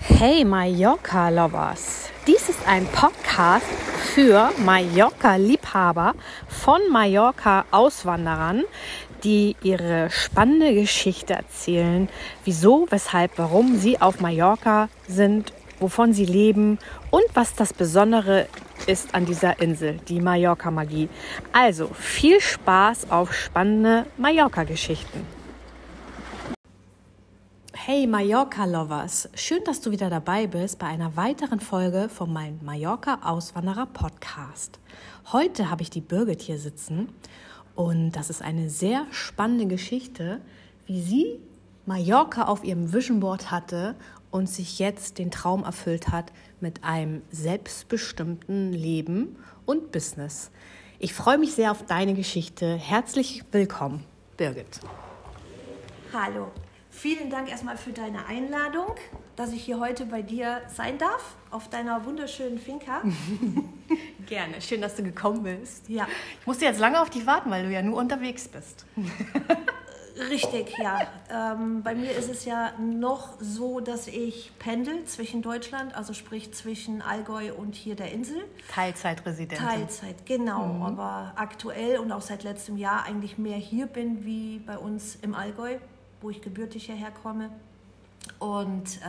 Hey Mallorca-Lovers! Dies ist ein Podcast für Mallorca-Liebhaber von Mallorca-Auswanderern, die ihre spannende Geschichte erzählen, wieso, weshalb, warum sie auf Mallorca sind, wovon sie leben und was das Besondere ist an dieser Insel, die Mallorca-Magie. Also viel Spaß auf spannende Mallorca-Geschichten. Hey Mallorca-Lovers, schön, dass du wieder dabei bist bei einer weiteren Folge von meinem Mallorca-Auswanderer-Podcast. Heute habe ich die Birgit hier sitzen und das ist eine sehr spannende Geschichte, wie sie Mallorca auf ihrem Vision Board hatte und sich jetzt den Traum erfüllt hat mit einem selbstbestimmten Leben und Business. Ich freue mich sehr auf deine Geschichte. Herzlich willkommen, Birgit. Hallo. Vielen Dank erstmal für deine Einladung, dass ich hier heute bei dir sein darf, auf deiner wunderschönen Finca. Gerne, schön, dass du gekommen bist. Ja. Ich musste jetzt lange auf dich warten, weil du ja nur unterwegs bist. Richtig, ja. Bei mir ist es ja noch so, dass ich pendel zwischen Deutschland, also sprich zwischen Allgäu und hier der Insel. Teilzeitresidentin. Teilzeit, genau. Aber aktuell und auch seit letztem Jahr eigentlich mehr hier bin, wie bei uns im Allgäu, wo ich gebürtig hierher komme und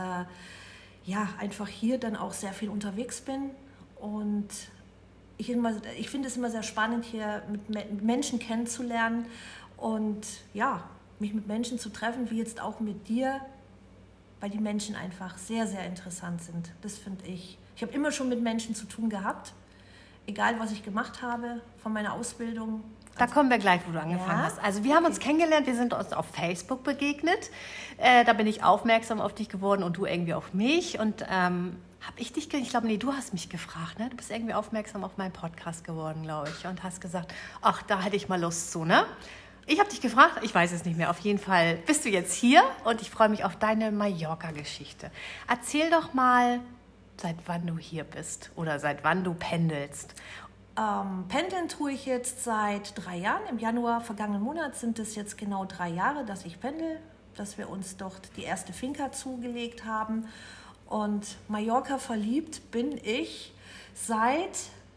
einfach hier dann auch sehr viel unterwegs bin und ich finde es immer sehr spannend, hier mit Menschen kennenzulernen und ja, mich mit Menschen zu treffen, wie jetzt auch mit dir, weil die Menschen einfach sehr, sehr interessant sind. Das finde ich. Ich habe immer schon mit Menschen zu tun gehabt, egal was ich gemacht habe, von meiner Ausbildung. Da kommen wir gleich, wo du angefangen hast. Also wir haben uns kennengelernt, wir sind uns auf Facebook begegnet. Da bin ich aufmerksam auf dich geworden und du irgendwie auf mich. Und habe ich dich, ich glaube, nee, du hast mich gefragt, ne? Du bist irgendwie aufmerksam auf meinen Podcast geworden, glaube ich. Und hast gesagt, ach, da hätte ich mal Lust zu, ne? Ich habe dich gefragt, ich weiß es nicht mehr. Auf jeden Fall bist du jetzt hier und ich freue mich auf deine Mallorca-Geschichte. Erzähl doch mal, seit wann du hier bist oder seit wann du pendelst. Pendeln tue ich jetzt seit 3 Jahren. Im Januar vergangenen Monat sind es jetzt genau 3 Jahre, dass ich pendel, dass wir uns dort die erste Finca zugelegt haben. Und Mallorca verliebt bin ich seit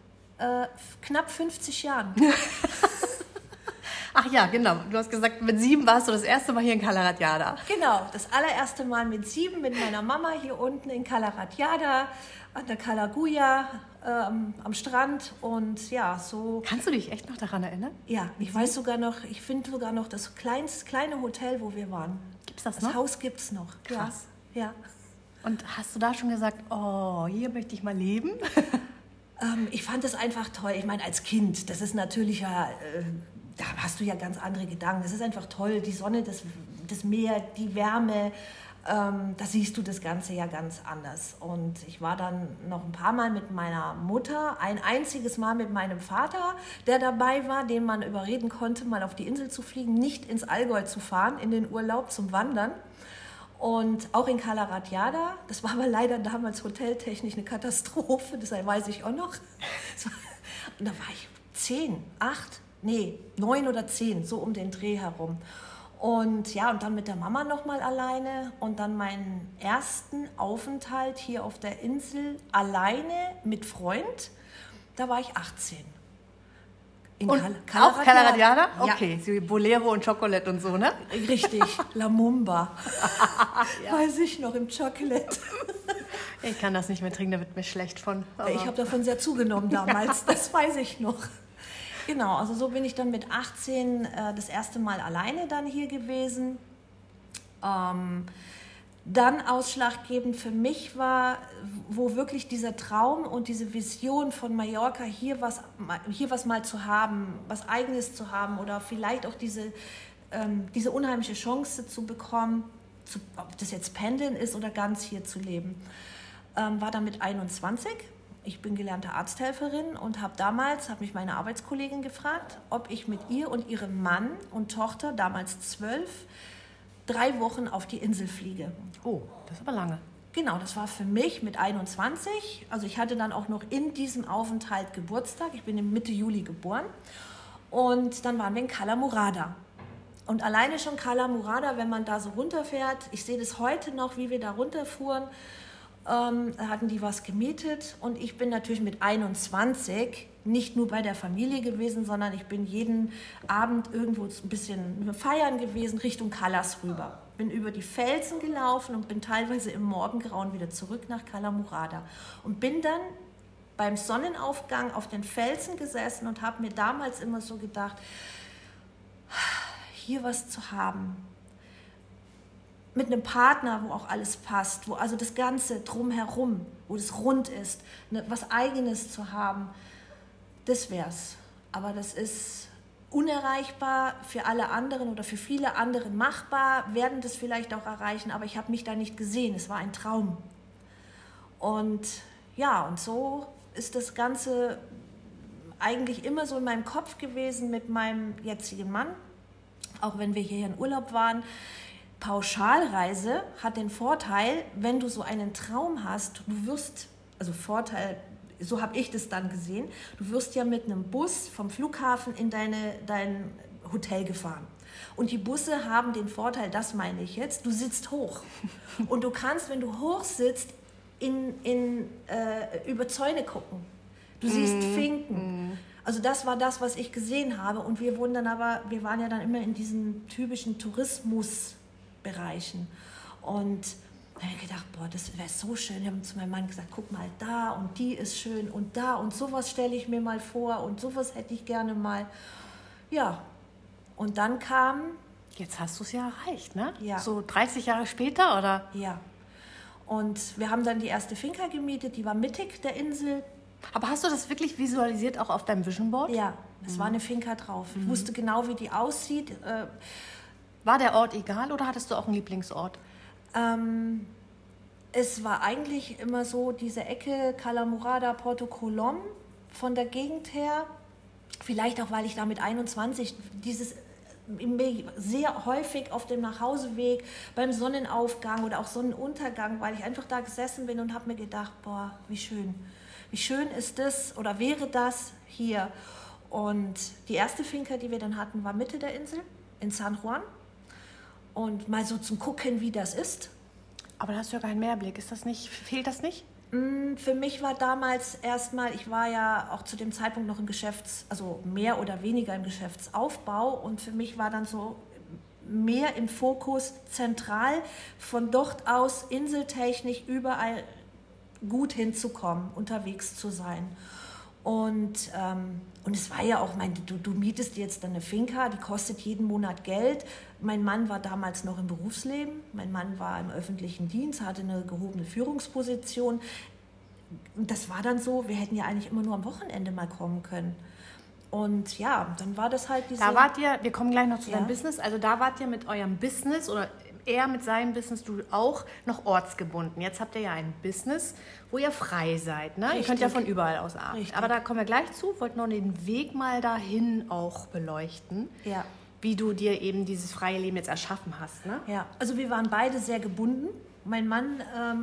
knapp 50 Jahren. Ach ja, genau. Du hast gesagt, mit 7 warst du das erste Mal hier in Cala Ratjada. Genau, das allererste Mal mit 7 mit meiner Mama hier unten in Cala Ratjada an der Cala Guya am Strand und ja, so. Kannst du dich echt noch daran erinnern? Ja, ich weiß sogar noch, ich finde sogar noch das kleine Hotel, wo wir waren. Gibt's das noch? Das Haus gibt's noch. Krass. Ja. Und hast du da schon gesagt, oh, hier möchte ich mal leben? Ich fand das einfach toll. Ich meine, als Kind, das ist natürlich ja, da hast du ja ganz andere Gedanken. Es ist einfach toll, die Sonne, das Meer, die Wärme. Da siehst du das Ganze ja ganz anders. Und ich war dann noch ein paar Mal mit meiner Mutter, ein einziges Mal mit meinem Vater, der dabei war, den man überreden konnte, mal auf die Insel zu fliegen, nicht ins Allgäu zu fahren, in den Urlaub zum Wandern. Und auch in Cala Ratjada, das war aber leider damals hoteltechnisch eine Katastrophe, das weiß ich auch noch. Und da war ich 9 oder 10, so um den Dreh herum. Und ja, und dann mit der Mama nochmal alleine und dann meinen ersten Aufenthalt hier auf der Insel alleine mit Freund, da war ich 18. In auch Cala Ratjada? Okay, so Bolero und Chocolate und so, ne? Richtig, La Mumba. Ja. Weiß ich noch, im Chocolate. Ich kann das nicht mehr trinken, da wird mir schlecht von. Ich habe davon sehr zugenommen damals, das weiß ich noch. Genau, also so bin ich dann mit 18 das erste Mal alleine dann hier gewesen. Dann ausschlaggebend für mich war, wo wirklich dieser Traum und diese Vision von Mallorca, hier was mal zu haben, was Eigenes zu haben oder vielleicht auch diese unheimliche Chance zu bekommen, ob das jetzt Pendeln ist oder ganz hier zu leben, war dann mit 21. Ich bin gelernte Arzthelferin und habe mich meine Arbeitskollegin gefragt, ob ich mit ihr und ihrem Mann und Tochter, damals 12, 3 Wochen auf die Insel fliege. Oh, das ist aber lange. Genau, das war für mich mit 21. Also ich hatte dann auch noch in diesem Aufenthalt Geburtstag. Ich bin Mitte Juli geboren. Und dann waren wir in Cala Murada. Und alleine schon Cala Murada, wenn man da so runterfährt, ich sehe das heute noch, wie wir da runterfuhren. hatten die was gemietet und ich bin natürlich mit 21 nicht nur bei der Familie gewesen, sondern ich bin jeden Abend irgendwo ein bisschen feiern gewesen, Richtung Callas rüber. Bin über die Felsen gelaufen und bin teilweise im Morgengrauen wieder zurück nach Cala Murada und bin dann beim Sonnenaufgang auf den Felsen gesessen und habe mir damals immer so gedacht, hier was zu haben, mit einem Partner, wo auch alles passt, wo also das Ganze drumherum, wo das rund ist, was Eigenes zu haben, das wär's. Aber das ist unerreichbar für alle anderen oder für viele andere machbar, werden das vielleicht auch erreichen, aber ich habe mich da nicht gesehen, es war ein Traum. Und ja, und so ist das Ganze eigentlich immer so in meinem Kopf gewesen mit meinem jetzigen Mann, auch wenn wir hier in Urlaub waren. Pauschalreise hat den Vorteil, wenn du so einen Traum hast, du wirst, also Vorteil, so habe ich das dann gesehen, du wirst ja mit einem Bus vom Flughafen in dein Hotel gefahren. Und die Busse haben den Vorteil, das meine ich jetzt, du sitzt hoch. Und du kannst, wenn du hoch sitzt, über Zäune gucken. Du siehst Finken. Also das war das, was ich gesehen habe. Und wir waren ja dann immer in diesen typischen Tourismusbereichen. Und da habe ich gedacht, boah, das wäre so schön. Wir haben zu meinem Mann gesagt, guck mal da und die ist schön und da und sowas stelle ich mir mal vor und sowas hätte ich gerne mal. Ja, und dann kam... Jetzt hast du es ja erreicht, ne? Ja. So 30 Jahre später, oder? Ja. Und wir haben dann die erste Finca gemietet, die war mittig der Insel. Aber hast du das wirklich visualisiert, auch auf deinem Vision Board? Ja, es war eine Finca drauf. Ich wusste genau, wie die aussieht. War der Ort egal oder hattest du auch einen Lieblingsort? Es war eigentlich immer so, diese Ecke Cala Murada, Porto Colom von der Gegend her. Vielleicht auch, weil ich da mit 21 sehr häufig auf dem Nachhauseweg beim Sonnenaufgang oder auch Sonnenuntergang, weil ich einfach da gesessen bin und habe mir gedacht, boah, wie schön. Wie schön ist das oder wäre das hier? Und die erste Finca, die wir dann hatten, war Mitte der Insel in San Juan. Und mal so zum Gucken, wie das ist. Aber da hast du ja keinen Mehrblick. Fehlt das nicht? Für mich war damals erstmal, ich war ja auch zu dem Zeitpunkt noch also mehr oder weniger im Geschäftsaufbau und für mich war dann so mehr im Fokus zentral, von dort aus inseltechnisch überall gut hinzukommen, unterwegs zu sein. Und es war ja auch, du mietest jetzt eine Finca, die kostet jeden Monat Geld. Mein Mann war damals noch im Berufsleben, mein Mann war im öffentlichen Dienst, hatte eine gehobene Führungsposition. Und das war dann so, wir hätten ja eigentlich immer nur am Wochenende mal kommen können. Und ja, dann war das halt diese... Da wart ihr, wir kommen gleich noch zu deinem Business, also da wart ihr mit eurem Business oder er mit seinem Business, du auch, noch ortsgebunden. Jetzt habt ihr ja ein Business, wo ihr frei seid. Ne? Ihr könnt ja von überall aus arbeiten. Richtig. Aber da kommen wir gleich zu. Ich wollte noch den Weg mal dahin auch beleuchten, wie du dir eben dieses freie Leben jetzt erschaffen hast. Ne? Ja, also wir waren beide sehr gebunden. Mein Mann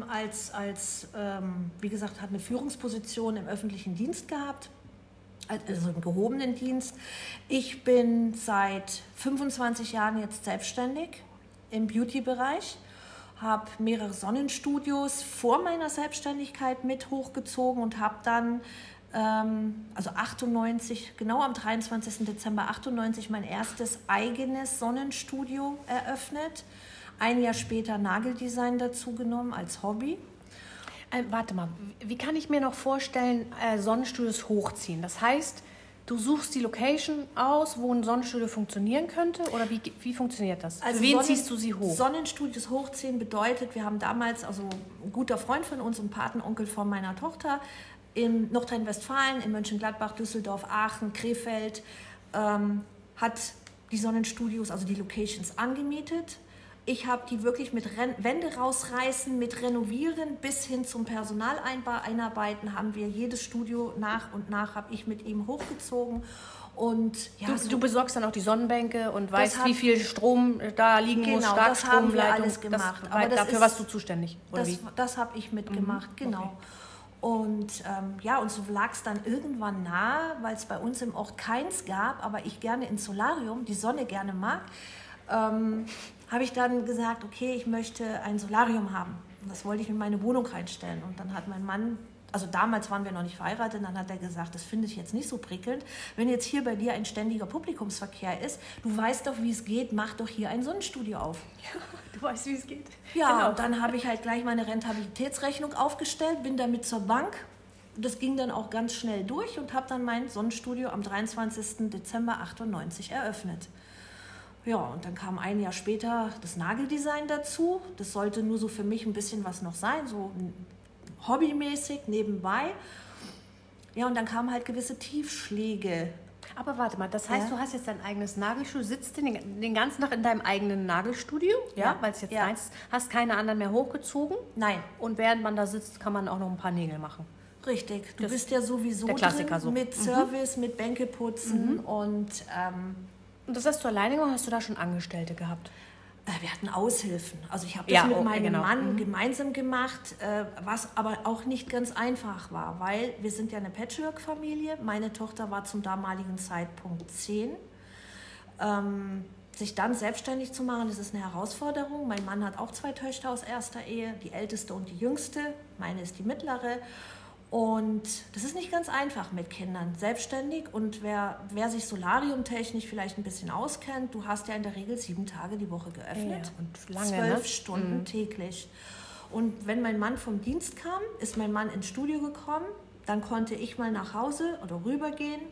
wie gesagt, hat eine Führungsposition im öffentlichen Dienst gehabt, also im gehobenen Dienst. Ich bin seit 25 Jahren jetzt selbstständig im Beauty-Bereich, habe mehrere Sonnenstudios vor meiner Selbstständigkeit mit hochgezogen und habe dann, also 98, genau am 23. Dezember 98, mein erstes eigenes Sonnenstudio eröffnet. Ein Jahr später Nageldesign dazu genommen als Hobby. Warte mal, wie kann ich mir noch vorstellen, Sonnenstudios hochziehen? Das heißt, du suchst die Location aus, wo ein Sonnenstudio funktionieren könnte? Oder wie funktioniert das? Also für wen ziehst du sie hoch? Sonnenstudios hochziehen bedeutet, wir haben damals, also ein guter Freund von uns und Patenonkel von meiner Tochter, in Nordrhein-Westfalen, in Mönchengladbach, Düsseldorf, Aachen, Krefeld, hat die Sonnenstudios, also die Locations angemietet. Ich habe die wirklich mit Wände rausreißen, mit renovieren bis hin zum Personal einarbeiten, haben wir jedes Studio nach und nach, habe ich mit ihm hochgezogen. Und, ja, du besorgst dann auch die Sonnenbänke und weißt, wie viel Strom da liegen muss, Starkstromleitung. Das haben wir alles gemacht. Aber dafür warst du zuständig, oder wie? Das habe ich mitgemacht, genau. Okay. Und und so lag es dann irgendwann nahe, weil es bei uns im Ort keins gab, aber ich gerne ins Solarium, die Sonne gerne mag, habe ich dann gesagt, okay, ich möchte ein Solarium haben. Und das wollte ich in meine Wohnung reinstellen. Und dann hat mein Mann, also damals waren wir noch nicht verheiratet, dann hat er gesagt, das finde ich jetzt nicht so prickelnd. Wenn jetzt hier bei dir ein ständiger Publikumsverkehr ist, du weißt doch, wie es geht, mach doch hier ein Sonnenstudio auf. Ja, du weißt, wie es geht. Ja, genau. Und dann habe ich halt gleich meine Rentabilitätsrechnung aufgestellt, bin damit zur Bank. Das ging dann auch ganz schnell durch und habe dann mein Sonnenstudio am 23. Dezember 1998 eröffnet. Ja, und dann kam ein Jahr später das Nageldesign dazu. Das sollte nur so für mich ein bisschen was noch sein, so hobbymäßig nebenbei. Ja, und dann kamen halt gewisse Tiefschläge. Aber warte mal, das heißt, du hast jetzt dein eigenes Nagelstudio, sitzt den ganzen Tag in deinem eigenen Nagelstudio, ja? Weil es jetzt deins, hast keine anderen mehr hochgezogen? Nein. Und während man da sitzt, kann man auch noch ein paar Nägel machen? Richtig, du bist ja sowieso der Klassiker drin, so. mit Service, mit Bänkeputzen und das hast du alleine gemacht, hast du da schon Angestellte gehabt? Wir hatten Aushilfen. Also ich habe das mit meinem Mann gemeinsam gemacht, was aber auch nicht ganz einfach war, weil wir sind ja eine Patchwork-Familie. Meine Tochter war zum damaligen Zeitpunkt 10. Sich dann selbstständig zu machen, das ist eine Herausforderung. Mein Mann hat auch 2 Töchter aus erster Ehe, die älteste und die jüngste. Meine ist die mittlere. Und das ist nicht ganz einfach mit Kindern, selbstständig. Und wer sich solariumtechnisch vielleicht ein bisschen auskennt, du hast ja in der Regel 7 Tage die Woche geöffnet. Ja, und lange, 12 Stunden täglich. Und wenn mein Mann vom Dienst kam, ist mein Mann ins Studio gekommen, dann konnte ich mal nach Hause oder rübergehen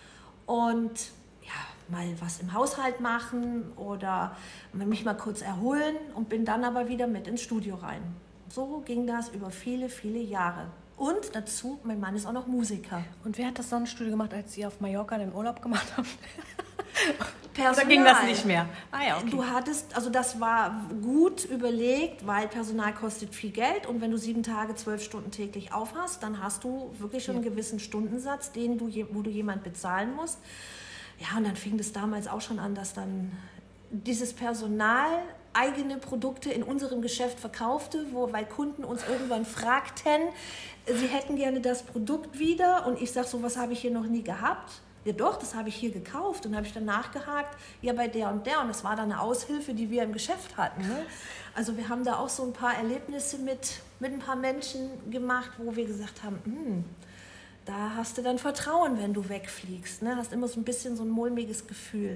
und mal was im Haushalt machen oder mich mal kurz erholen und bin dann aber wieder mit ins Studio rein. So ging das über viele, viele Jahre. Und dazu, mein Mann ist auch noch Musiker. Und wer hat das Sonnenstudio gemacht, als ihr auf Mallorca den Urlaub gemacht habt? Personal. Oder ging das nicht mehr? Ah ja, okay. Du hattest, also das war gut überlegt, weil Personal kostet viel Geld und wenn du 7 Tage, 12 Stunden täglich aufhast, dann hast du wirklich schon einen gewissen Stundensatz, wo du jemand bezahlen musst. Ja, und dann fing das damals auch schon an, dass dann dieses Personal eigene Produkte in unserem Geschäft verkaufte, weil Kunden uns irgendwann fragten, sie hätten gerne das Produkt wieder und ich sage, so was habe ich hier noch nie gehabt. Ja doch, das habe ich hier gekauft und habe ich dann nachgehakt, ja bei der und das war dann eine Aushilfe, die wir im Geschäft hatten. Ne? Also wir haben da auch so ein paar Erlebnisse mit ein paar Menschen gemacht, wo wir gesagt haben, da hast du dann Vertrauen, wenn du wegfliegst, ne? Hast immer so ein bisschen so ein mulmiges Gefühl.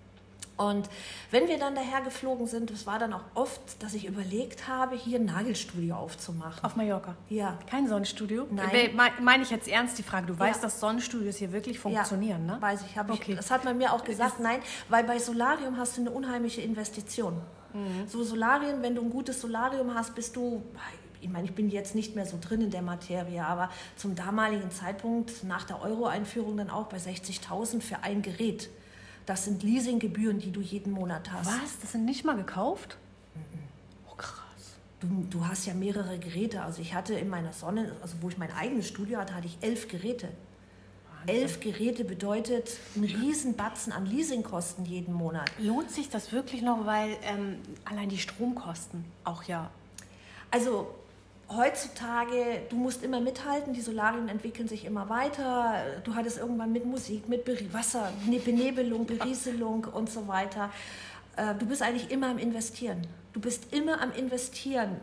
Und wenn wir dann daher geflogen sind, das war dann auch oft, dass ich überlegt habe, hier ein Nagelstudio aufzumachen. Auf Mallorca? Ja. Kein Sonnenstudio? Nein. Meine ich jetzt ernst die Frage. Du weißt, dass Sonnenstudios hier wirklich funktionieren, ne? Weiß ich. Das hat man mir auch gesagt. Nein, weil bei Solarium hast du eine unheimliche Investition. So Solarien, wenn du ein gutes Solarium hast, bist du... Ich meine, ich bin jetzt nicht mehr so drin in der Materie, aber zum damaligen Zeitpunkt, nach der Euro-Einführung dann auch bei 60.000 für ein Gerät. Das sind Leasinggebühren, die du jeden Monat hast. Was? Das sind nicht mal gekauft? Oh, krass. Du hast ja mehrere Geräte. Also ich hatte in meiner Sonne, also wo ich mein eigenes Studio hatte, hatte ich 11 Geräte. Wahnsinn. 11 Geräte bedeutet einen riesen Batzen an Leasingkosten jeden Monat. Lohnt sich das wirklich noch, weil allein die Stromkosten auch ja... Also... Heutzutage, du musst immer mithalten, die Solarien entwickeln sich immer weiter. Du hattest irgendwann mit Musik, mit Wasser, Benebelung, Berieselung und so weiter. Du bist eigentlich immer am Investieren. Du bist immer am Investieren.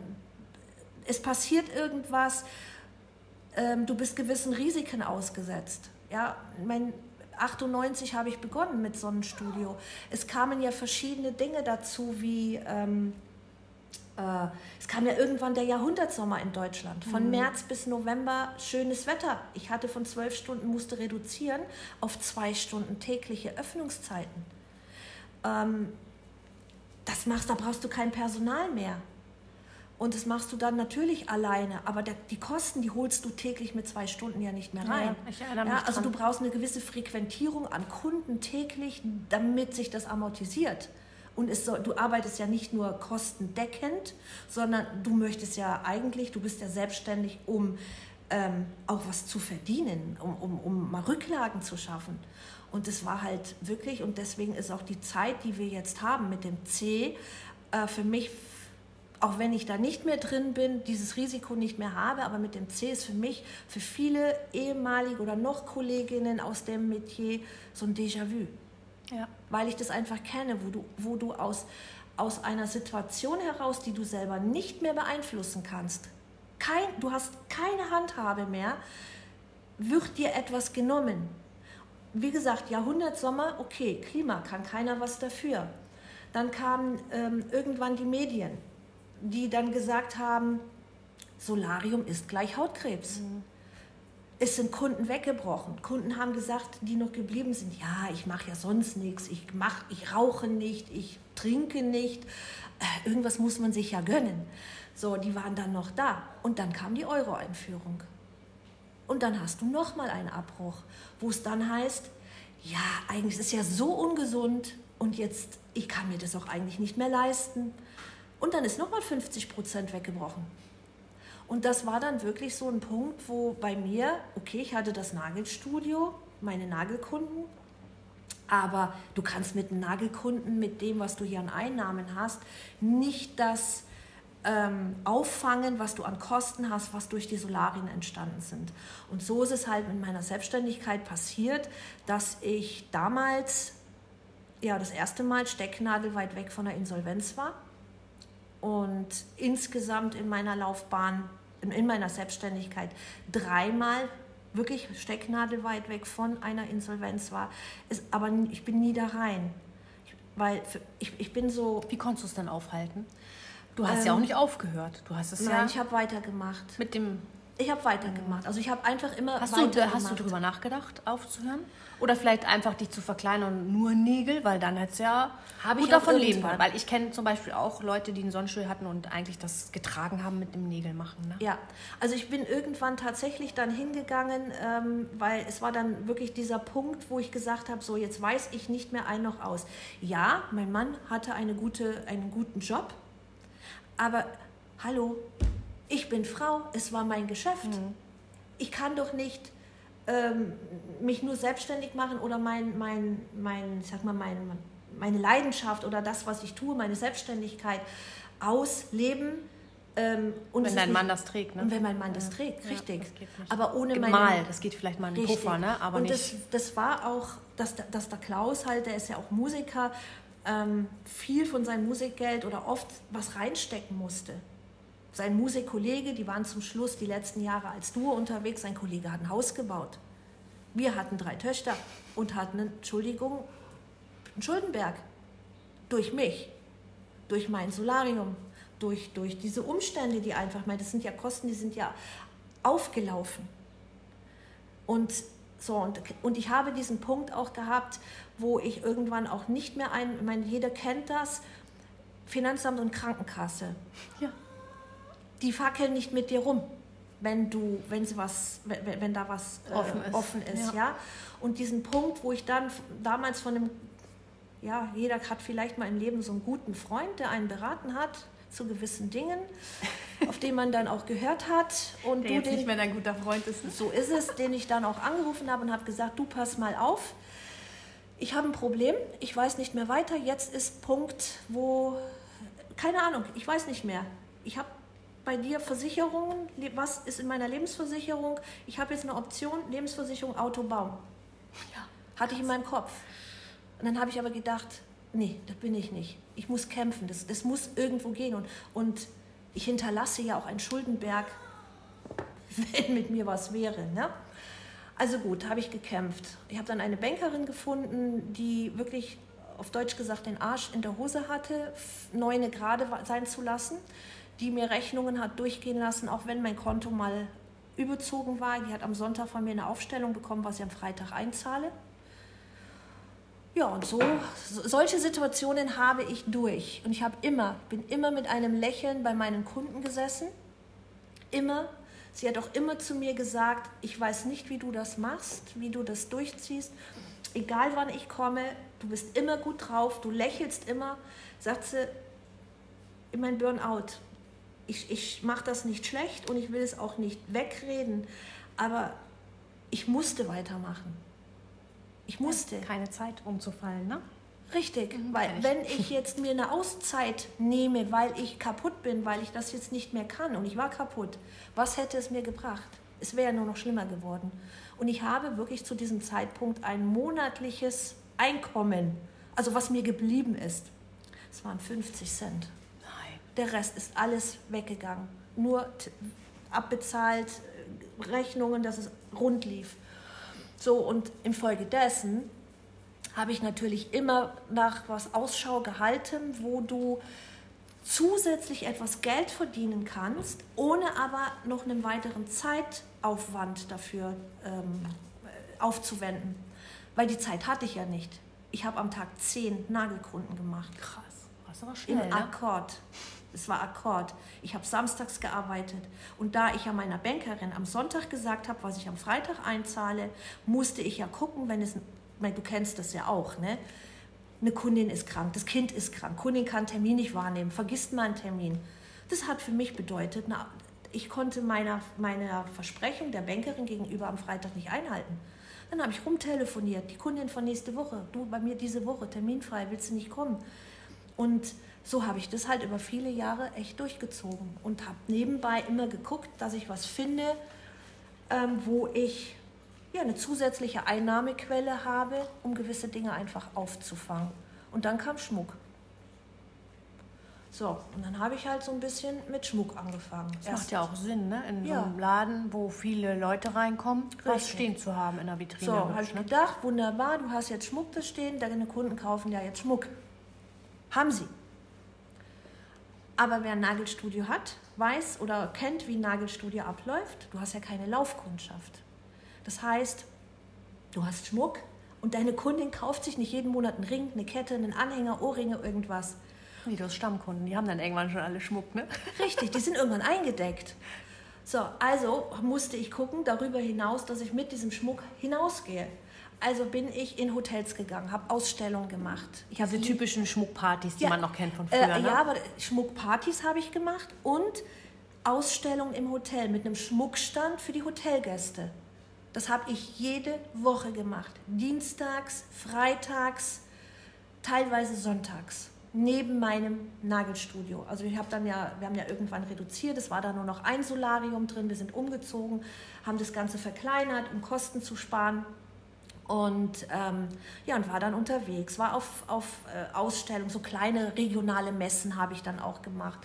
Es passiert irgendwas, du bist gewissen Risiken ausgesetzt. Ja, 98 habe ich begonnen mit Sonnenstudio. Es kamen ja verschiedene Dinge dazu, wie... es kam ja irgendwann der Jahrhundertsommer in Deutschland. Von März bis November schönes Wetter. Ich hatte von 12 Stunden, musste reduzieren auf 2 Stunden tägliche Öffnungszeiten. Da brauchst du kein Personal mehr. Und das machst du dann natürlich alleine. Aber die Kosten, die holst du täglich mit 2 Stunden ja nicht mehr rein. Ja, ich erinnere mich also dran. du brauchst eine gewisse Frequentierung an Kunden täglich, damit sich das amortisiert. Und du arbeitest ja nicht nur kostendeckend, sondern du möchtest ja eigentlich, du bist ja selbstständig, um auch was zu verdienen, um mal Rücklagen zu schaffen. Und das war halt wirklich, und deswegen ist auch die Zeit, die wir jetzt haben mit dem C, für mich, auch wenn ich da nicht mehr drin bin, dieses Risiko nicht mehr habe, aber mit dem C ist für mich, für viele ehemalige oder noch Kolleginnen aus dem Metier so ein Déjà-vu. Ja. Weil ich das einfach kenne, wo du aus aus einer Situation heraus, die du selber nicht mehr beeinflussen kannst, du hast keine Handhabe mehr, wird dir etwas genommen. Wie gesagt, Jahrhundertsommer, okay, Klima, kann keiner was dafür. Dann kamen irgendwann die Medien, die dann gesagt haben, Solarium ist gleich Hautkrebs. Es sind Kunden weggebrochen. Kunden haben gesagt, die noch geblieben sind, ja, ich mache ja sonst nichts, ich rauche nicht, ich trinke nicht, irgendwas muss man sich ja gönnen. So, die waren dann noch da. Und dann kam die Euro-Einführung. Und dann hast du nochmal einen Abbruch, wo es dann heißt, ja, eigentlich ist es ja so ungesund und jetzt, ich kann mir das auch eigentlich nicht mehr leisten. Und dann ist nochmal 50% weggebrochen. Und das war dann wirklich so ein Punkt, wo bei mir, okay, ich hatte das Nagelstudio, meine Nagelkunden, aber du kannst mit einem Nagelkunden, mit dem, was du hier an Einnahmen hast, nicht das auffangen, was du an Kosten hast, was durch die Solarien entstanden sind. Und so ist es halt in meiner Selbstständigkeit passiert, dass ich damals das erste Mal stecknadelweit weg von der Insolvenz war und insgesamt in meiner Laufbahn, in meiner Selbstständigkeit 3-mal wirklich stecknadelweit weg von einer Insolvenz war. Aber ich bin nie da rein, weil ich bin so... Wie konntest du es dann aufhalten? Du hast ja auch nicht aufgehört. Du hast es Nein, ich habe weitergemacht. Ich habe weitergemacht. Also ich habe einfach immer weitergemacht. Hast du darüber nachgedacht, aufzuhören? Oder vielleicht einfach dich zu verkleinern und nur Nägel, weil dann hättest du ja gut davon leben können. Weil ich kenne zum Beispiel auch Leute, die einen Sonnenstuhl hatten und eigentlich das getragen haben mit dem Nägel machen. Ne? Ja, also ich bin irgendwann tatsächlich dann hingegangen, weil es war dann wirklich dieser Punkt, wo ich gesagt habe, so jetzt weiß ich nicht mehr ein noch aus. Ja, mein Mann hatte einen guten Job, aber hallo, ich bin Frau, es war mein Geschäft. Ich kann doch nicht mich nur selbstständig machen oder meine Leidenschaft oder das, was ich tue, meine Selbstständigkeit ausleben. Und wenn dein Mann das trägt, ne? Und wenn mein Mann das trägt, richtig. Das geht nicht. Aber ohne das geht vielleicht mal einen Puffer, ne? Aber und nicht. Das war auch, dass der Klaus halt, der ist ja auch Musiker, viel von seinem Musikgeld oder oft was reinstecken musste. Sein Musikkollege, die waren zum Schluss die letzten Jahre als Duo unterwegs, sein Kollege hat ein Haus gebaut. Wir hatten 3 Töchter und hatten, einen Schuldenberg. Durch mich, durch mein Solarium, durch diese Umstände, die einfach, das sind ja Kosten, die sind ja aufgelaufen. Und ich habe diesen Punkt auch gehabt, wo ich irgendwann auch nicht mehr jeder kennt das, Finanzamt und Krankenkasse. Ja. Die fackeln nicht mit dir rum, wenn da was offen ist. Ja. Und diesen Punkt, wo ich dann damals von einem, jeder hat vielleicht mal im Leben so einen guten Freund, der einen beraten hat zu gewissen Dingen, auf den man dann auch gehört hat. Und der jetzt nicht mehr dein guter Freund ist. So ist es, den ich dann auch angerufen habe und habe gesagt, du pass mal auf, ich habe ein Problem, ich weiß nicht mehr weiter, jetzt ist Punkt, wo, keine Ahnung, ich weiß nicht mehr. Ich habe bei dir Versicherungen, was ist in meiner Lebensversicherung? Ich habe jetzt eine Option, Lebensversicherung, Auto, Baum. Ja, hatte ich in meinem Kopf. Und dann habe ich aber gedacht, nee, das bin ich nicht. Ich muss kämpfen, das muss irgendwo gehen. Und ich hinterlasse ja auch einen Schuldenberg, wenn mit mir was wäre. Ne? Also gut, habe ich gekämpft. Ich habe dann eine Bankerin gefunden, die wirklich, auf Deutsch gesagt, den Arsch in der Hose hatte, 9 gerade sein zu lassen, die mir Rechnungen hat durchgehen lassen, auch wenn mein Konto mal überzogen war. Die hat am Sonntag von mir eine Aufstellung bekommen, was ich am Freitag einzahle. Ja, und solche Situationen habe ich durch. Und ich bin immer mit einem Lächeln bei meinen Kunden gesessen. Immer. Sie hat auch immer zu mir gesagt, ich weiß nicht, wie du das machst, wie du das durchziehst. Egal wann ich komme, du bist immer gut drauf, du lächelst immer. Sagt sie, in mein Burnout. Ich mache das nicht schlecht und ich will es auch nicht wegreden, aber ich musste weitermachen. Ich musste. Keine Zeit umzufallen, ne? Richtig, weil wenn ich jetzt mir eine Auszeit nehme, weil ich kaputt bin, weil ich das jetzt nicht mehr kann und ich war kaputt, was hätte es mir gebracht? Es wäre nur noch schlimmer geworden. Und ich habe wirklich zu diesem Zeitpunkt ein monatliches Einkommen, also was mir geblieben ist. Es waren 50 Cent. Nein. Der Rest ist alles weggegangen. Nur abbezahlt, Rechnungen, dass es rund lief. So, und infolgedessen habe ich natürlich immer nach was Ausschau gehalten, wo du zusätzlich etwas Geld verdienen kannst, ohne aber noch einen weiteren Zeitaufwand dafür aufzuwenden. Weil die Zeit hatte ich ja nicht. Ich habe am Tag 10 Nagelkunden gemacht. Krass. Das ist aber schnell, Im Akkord. Es war Akkord. Ich habe samstags gearbeitet. Und da ich ja meiner Bankerin am Sonntag gesagt habe, was ich am Freitag einzahle, musste ich ja gucken, wenn es, du kennst das ja auch, ne? Eine Kundin ist krank, das Kind ist krank, Kundin kann einen Termin nicht wahrnehmen, vergisst mal einen Termin. Das hat für mich bedeutet, ich konnte meiner Versprechung der Bankerin gegenüber am Freitag nicht einhalten. Dann habe ich rumtelefoniert, die Kundin von nächste Woche, du bei mir diese Woche, terminfrei, willst du nicht kommen? Und so habe ich das halt über viele Jahre echt durchgezogen und habe nebenbei immer geguckt, dass ich was finde, wo ich eine zusätzliche Einnahmequelle habe, um gewisse Dinge einfach aufzufangen. Und dann kam Schmuck. So, und dann habe ich halt so ein bisschen mit Schmuck angefangen. Das macht ja auch Sinn, ne? In so einem Laden, wo viele Leute reinkommen, was stehen zu haben in der Vitrine. So, habe ich gedacht, wunderbar, du hast jetzt Schmuck da stehen, deine Kunden kaufen ja jetzt Schmuck. Haben sie. Aber wer ein Nagelstudio hat, weiß oder kennt, wie ein Nagelstudio abläuft. Du hast ja keine Laufkundschaft. Das heißt, du hast Schmuck und deine Kundin kauft sich nicht jeden Monat einen Ring, eine Kette, einen Anhänger, Ohrringe, irgendwas. Wie, du hast Stammkunden, die haben dann irgendwann schon alle Schmuck, ne? Richtig, die sind irgendwann eingedeckt. So, also musste ich gucken, darüber hinaus, dass ich mit diesem Schmuck hinausgehe. Also bin ich in Hotels gegangen, habe Ausstellungen gemacht. Ich habe die typischen Schmuckpartys, die man noch kennt von früher, ne? Ja, aber Schmuckpartys habe ich gemacht und Ausstellungen im Hotel mit einem Schmuckstand für die Hotelgäste. Das habe ich jede Woche gemacht. Dienstags, freitags, teilweise sonntags. Neben meinem Nagelstudio. Also wir haben ja irgendwann reduziert. Es war da nur noch ein Solarium drin. Wir sind umgezogen, haben das Ganze verkleinert, um Kosten zu sparen. Und und war dann unterwegs, war auf Ausstellungen, so kleine regionale Messen habe ich dann auch gemacht.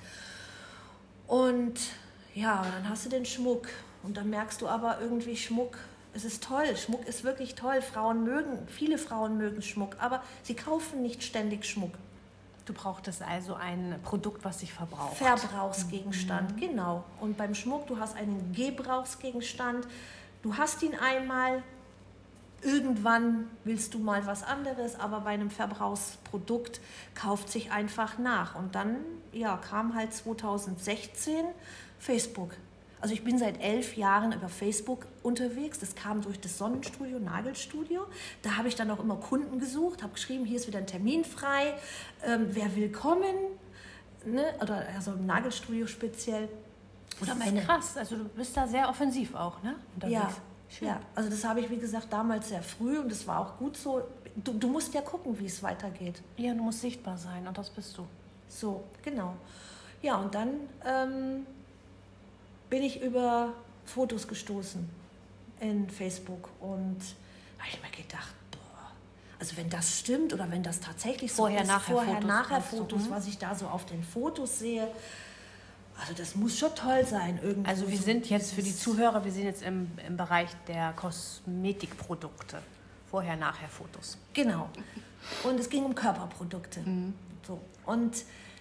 Und ja, dann hast du den Schmuck. Und dann merkst du aber irgendwie Schmuck. Es ist toll, Schmuck ist wirklich toll. Viele Frauen mögen Schmuck, aber sie kaufen nicht ständig Schmuck. Du brauchtest also ein Produkt, was sich verbraucht. Verbrauchsgegenstand, genau. Und beim Schmuck, du hast einen Gebrauchsgegenstand. Du hast ihn einmal, irgendwann willst du mal was anderes, aber bei einem Verbrauchsprodukt kauft sich einfach nach. Und dann kam halt 2016 Facebook. Also ich bin seit 11 Jahren über Facebook unterwegs. Das kam durch das Sonnenstudio, Nagelstudio. Da habe ich dann auch immer Kunden gesucht, habe geschrieben, hier ist wieder ein Termin frei. Wer will kommen? Ne? Oder also im Nagelstudio speziell. Oder das ist krass, also du bist da sehr offensiv auch, ne? Unterwegs. Ja, also das habe ich, wie gesagt, damals sehr früh und das war auch gut so. Du musst ja gucken, wie es weitergeht. Ja, du musst sichtbar sein und das bist du. So, genau. Ja, und dann bin ich über Fotos gestoßen in Facebook und da habe ich mir gedacht, also wenn das stimmt oder wenn das tatsächlich so ist, Vorher-Nachher-Fotos, was ich da so auf den Fotos sehe, also das muss schon toll sein. Irgendwo. Also wir sind jetzt für die Zuhörer, wir sind jetzt im Bereich der Kosmetikprodukte. Vorher-Nachher-Fotos. Genau. Und es ging um Körperprodukte. So. Und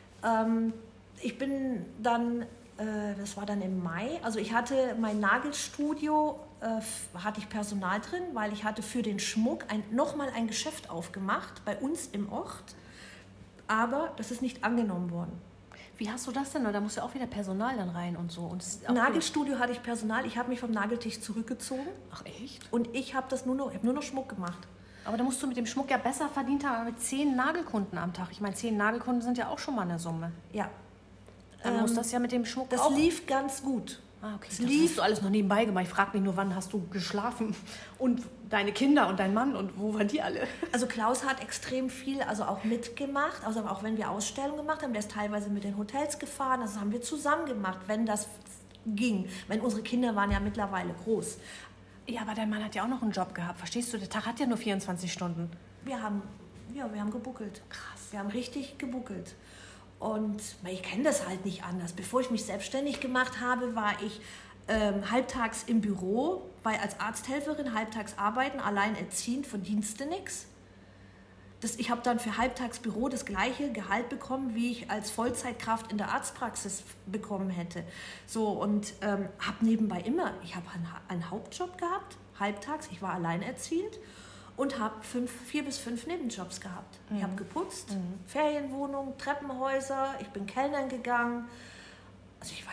ich bin dann, das war dann im Mai, also ich hatte mein Nagelstudio, hatte ich Personal drin, weil ich hatte für den Schmuck nochmal ein Geschäft aufgemacht, bei uns im Ort, aber das ist nicht angenommen worden. Wie hast du das denn? Da muss ja auch wieder Personal dann rein und so. Und Nagelstudio hatte ich Personal, ich habe mich vom Nageltisch zurückgezogen. Ach echt? Und ich habe nur noch Schmuck gemacht. Aber da musst du mit dem Schmuck ja besser verdient haben, aber mit 10 Nagelkunden am Tag. Ich meine, 10 Nagelkunden sind ja auch schon mal eine Summe. Ja. Dann muss das ja mit dem Schmuck das auch... Das lief ganz gut. Ah, okay. Das hast du alles noch nebenbei gemacht. Ich frage mich nur, wann hast du geschlafen? Und deine Kinder und dein Mann und wo waren die alle? Also Klaus hat extrem viel, also auch mitgemacht. Also auch wenn wir Ausstellungen gemacht haben, der ist teilweise mit den Hotels gefahren. Das haben wir zusammen gemacht, wenn das ging. Wenn unsere Kinder waren ja mittlerweile groß. Ja, aber dein Mann hat ja auch noch einen Job gehabt. Verstehst du? Der Tag hat ja nur 24 Stunden. Wir haben gebuckelt. Krass. Wir haben richtig gebuckelt. Und ich kenne das halt nicht anders. Bevor ich mich selbstständig gemacht habe, war ich halbtags im Büro, weil als Arzthelferin halbtags arbeiten, alleinerziehend, verdienste nichts. Ich habe dann für Halbtagsbüro das gleiche Gehalt bekommen, wie ich als Vollzeitkraft in der Arztpraxis bekommen hätte. So, und habe nebenbei ich habe einen Hauptjob gehabt, halbtags, ich war alleinerziehend und habe 4 bis 5 Nebenjobs gehabt. Ich habe geputzt, Ferienwohnungen, Treppenhäuser, ich bin Kellnern gegangen. Also ich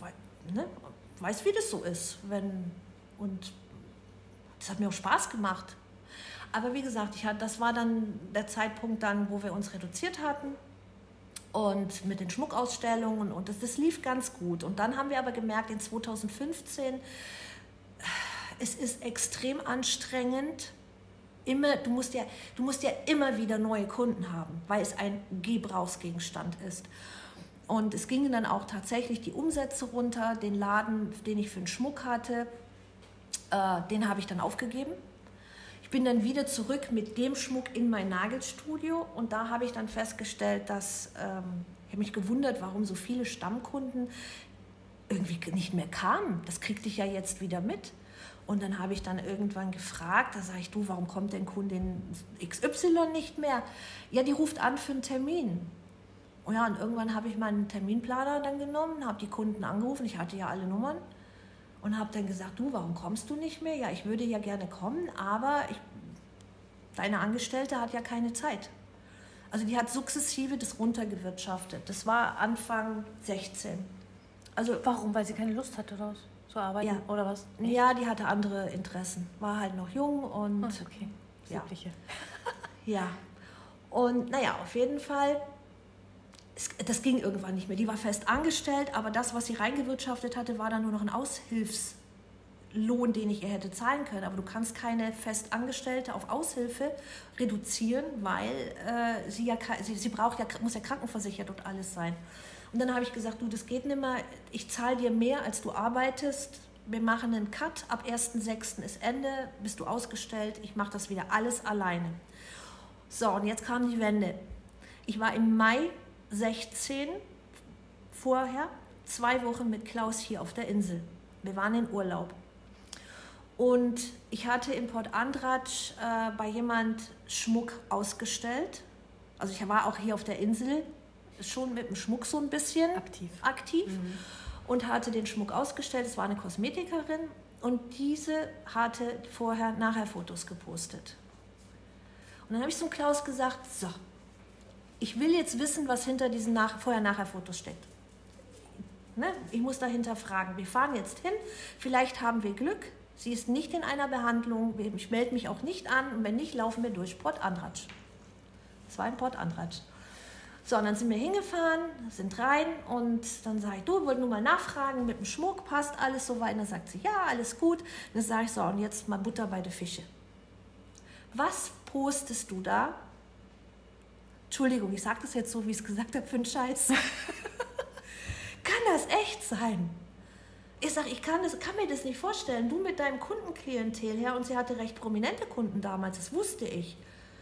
weiß, wie das so ist. Und das hat mir auch Spaß gemacht. Aber wie gesagt, das war dann der Zeitpunkt, wo wir uns reduziert hatten und mit den Schmuckausstellungen und das lief ganz gut. Und dann haben wir aber gemerkt, in 2015, es ist extrem anstrengend. Du musst ja immer wieder neue Kunden haben, weil es ein Gebrauchsgegenstand ist. Und es gingen dann auch tatsächlich die Umsätze runter. Den Laden, den ich für den Schmuck hatte, den habe ich dann aufgegeben. Ich bin dann wieder zurück mit dem Schmuck in mein Nagelstudio und da habe ich dann festgestellt, ich habe mich gewundert, warum so viele Stammkunden irgendwie nicht mehr kamen. Das kriegte ich ja jetzt wieder mit. Und dann habe ich dann irgendwann gefragt, da sage ich, du, warum kommt denn Kundin XY nicht mehr? Ja, die ruft an für einen Termin. Und ja, und irgendwann habe ich meinen Terminplaner dann genommen, habe die Kunden angerufen, ich hatte ja alle Nummern. Und habe dann gesagt, du, warum kommst du nicht mehr? Ja, ich würde ja gerne kommen, aber deine Angestellte hat ja keine Zeit. Also die hat sukzessive das runtergewirtschaftet. Das war Anfang 16. Also warum? Weil sie keine Lust hatte, daraus zu arbeiten oder was? Nicht? Ja, die hatte andere Interessen. War halt noch jung und... Okay, das Übliche. Ja, und naja, auf jeden Fall... Das ging irgendwann nicht mehr. Die war fest angestellt, aber das, was sie reingewirtschaftet hatte, war dann nur noch ein Aushilfslohn, den ich ihr hätte zahlen können. Aber du kannst keine Festangestellte auf Aushilfe reduzieren, weil sie muss ja krankenversichert und alles sein. Und dann habe ich gesagt, du, das geht nicht mehr. Ich zahle dir mehr, als du arbeitest. Wir machen einen Cut. Ab 1.6. ist Ende, bist du ausgestellt. Ich mache das wieder alles alleine. So, und jetzt kam die Wende. Ich war im Mai 16 vorher 2 Wochen mit Klaus hier auf der Insel. Wir waren in Urlaub. Und ich hatte in Port Andratsch bei jemand Schmuck ausgestellt. Also ich war auch hier auf der Insel schon mit dem Schmuck so ein bisschen aktiv und hatte den Schmuck ausgestellt. Es war eine Kosmetikerin und diese hatte Vorher-Nachher-Fotos gepostet. Und dann habe ich zum Klaus gesagt, so, ich will jetzt wissen, was hinter diesen Vorher-Nachher-Fotos steckt. Ne? Ich muss dahinter fragen. Wir fahren jetzt hin, vielleicht haben wir Glück. Sie ist nicht in einer Behandlung, ich melde mich auch nicht an und wenn nicht, laufen wir durch Port Andratsch. Das war in Port Andratsch. So, und dann sind wir hingefahren, sind rein und dann sage ich, du, wollte nur mal nachfragen mit dem Schmuck, passt alles soweit? Und dann sagt sie, ja, alles gut. Und dann sage ich so, und jetzt mal Butter bei den Fische. Was postest du da? Entschuldigung, ich sage das jetzt so, wie ich es gesagt habe, für einen Scheiß. Kann das echt sein? Ich sage, ich kann mir das nicht vorstellen. Du mit deinem Kundenklientel her, und sie hatte recht prominente Kunden damals, das wusste ich.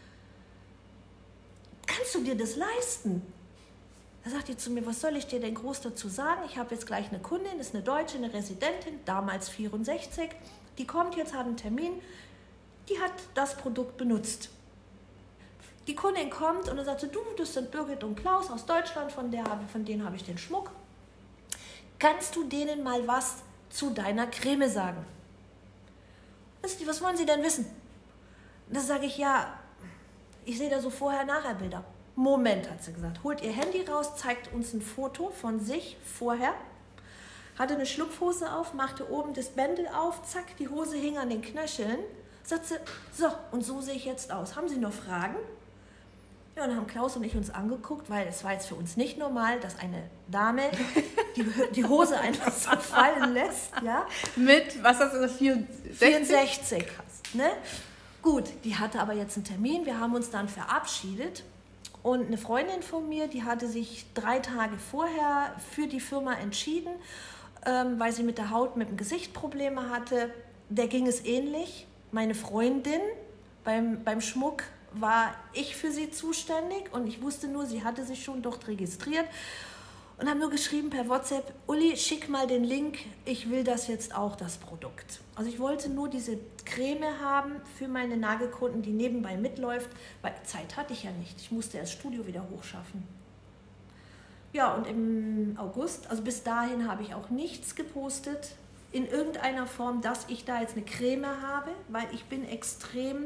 Kannst du dir das leisten? Da sagt die zu mir, was soll ich dir denn groß dazu sagen? Ich habe jetzt gleich eine Kundin, das ist eine Deutsche, eine Residentin, damals 64. Die kommt jetzt, hat einen Termin, die hat das Produkt benutzt. Die Kundin kommt und dann sagt sie, du, das sind Birgit und Klaus aus Deutschland, von denen habe ich den Schmuck. Kannst du denen mal was zu deiner Creme sagen? Was wollen sie denn wissen? Da sage ich, ja, ich sehe da so Vorher-Nachher-Bilder. Moment, hat sie gesagt, holt ihr Handy raus, zeigt uns ein Foto von sich vorher, hatte eine Schlupfhose auf, machte oben das Bändel auf, zack, die Hose hing an den Knöcheln, sagt sie, so, und so sehe ich jetzt aus. Haben Sie noch Fragen? Ja, und dann haben Klaus und ich uns angeguckt, weil es war jetzt für uns nicht normal, dass eine Dame die Hose einfach so fallen lässt. Ja? Mit, was hast du gesagt, 64. Ne? Gut, die hatte aber jetzt einen Termin, wir haben uns dann verabschiedet und eine Freundin von mir, die hatte sich 3 Tage vorher für die Firma entschieden, weil sie mit der Haut, mit dem Gesicht Probleme hatte. Der ging es ähnlich. Meine Freundin beim Schmuck war ich für sie zuständig und ich wusste nur, sie hatte sich schon dort registriert und habe nur geschrieben per WhatsApp, Uli, schick mal den Link, ich will das jetzt auch, das Produkt. Also ich wollte nur diese Creme haben für meine Nagelkunden, die nebenbei mitläuft, weil Zeit hatte ich ja nicht. Ich musste das Studio wieder hochschaffen. Ja, und im August, also bis dahin habe ich auch nichts gepostet, in irgendeiner Form, dass ich da jetzt eine Creme habe, weil ich bin extrem,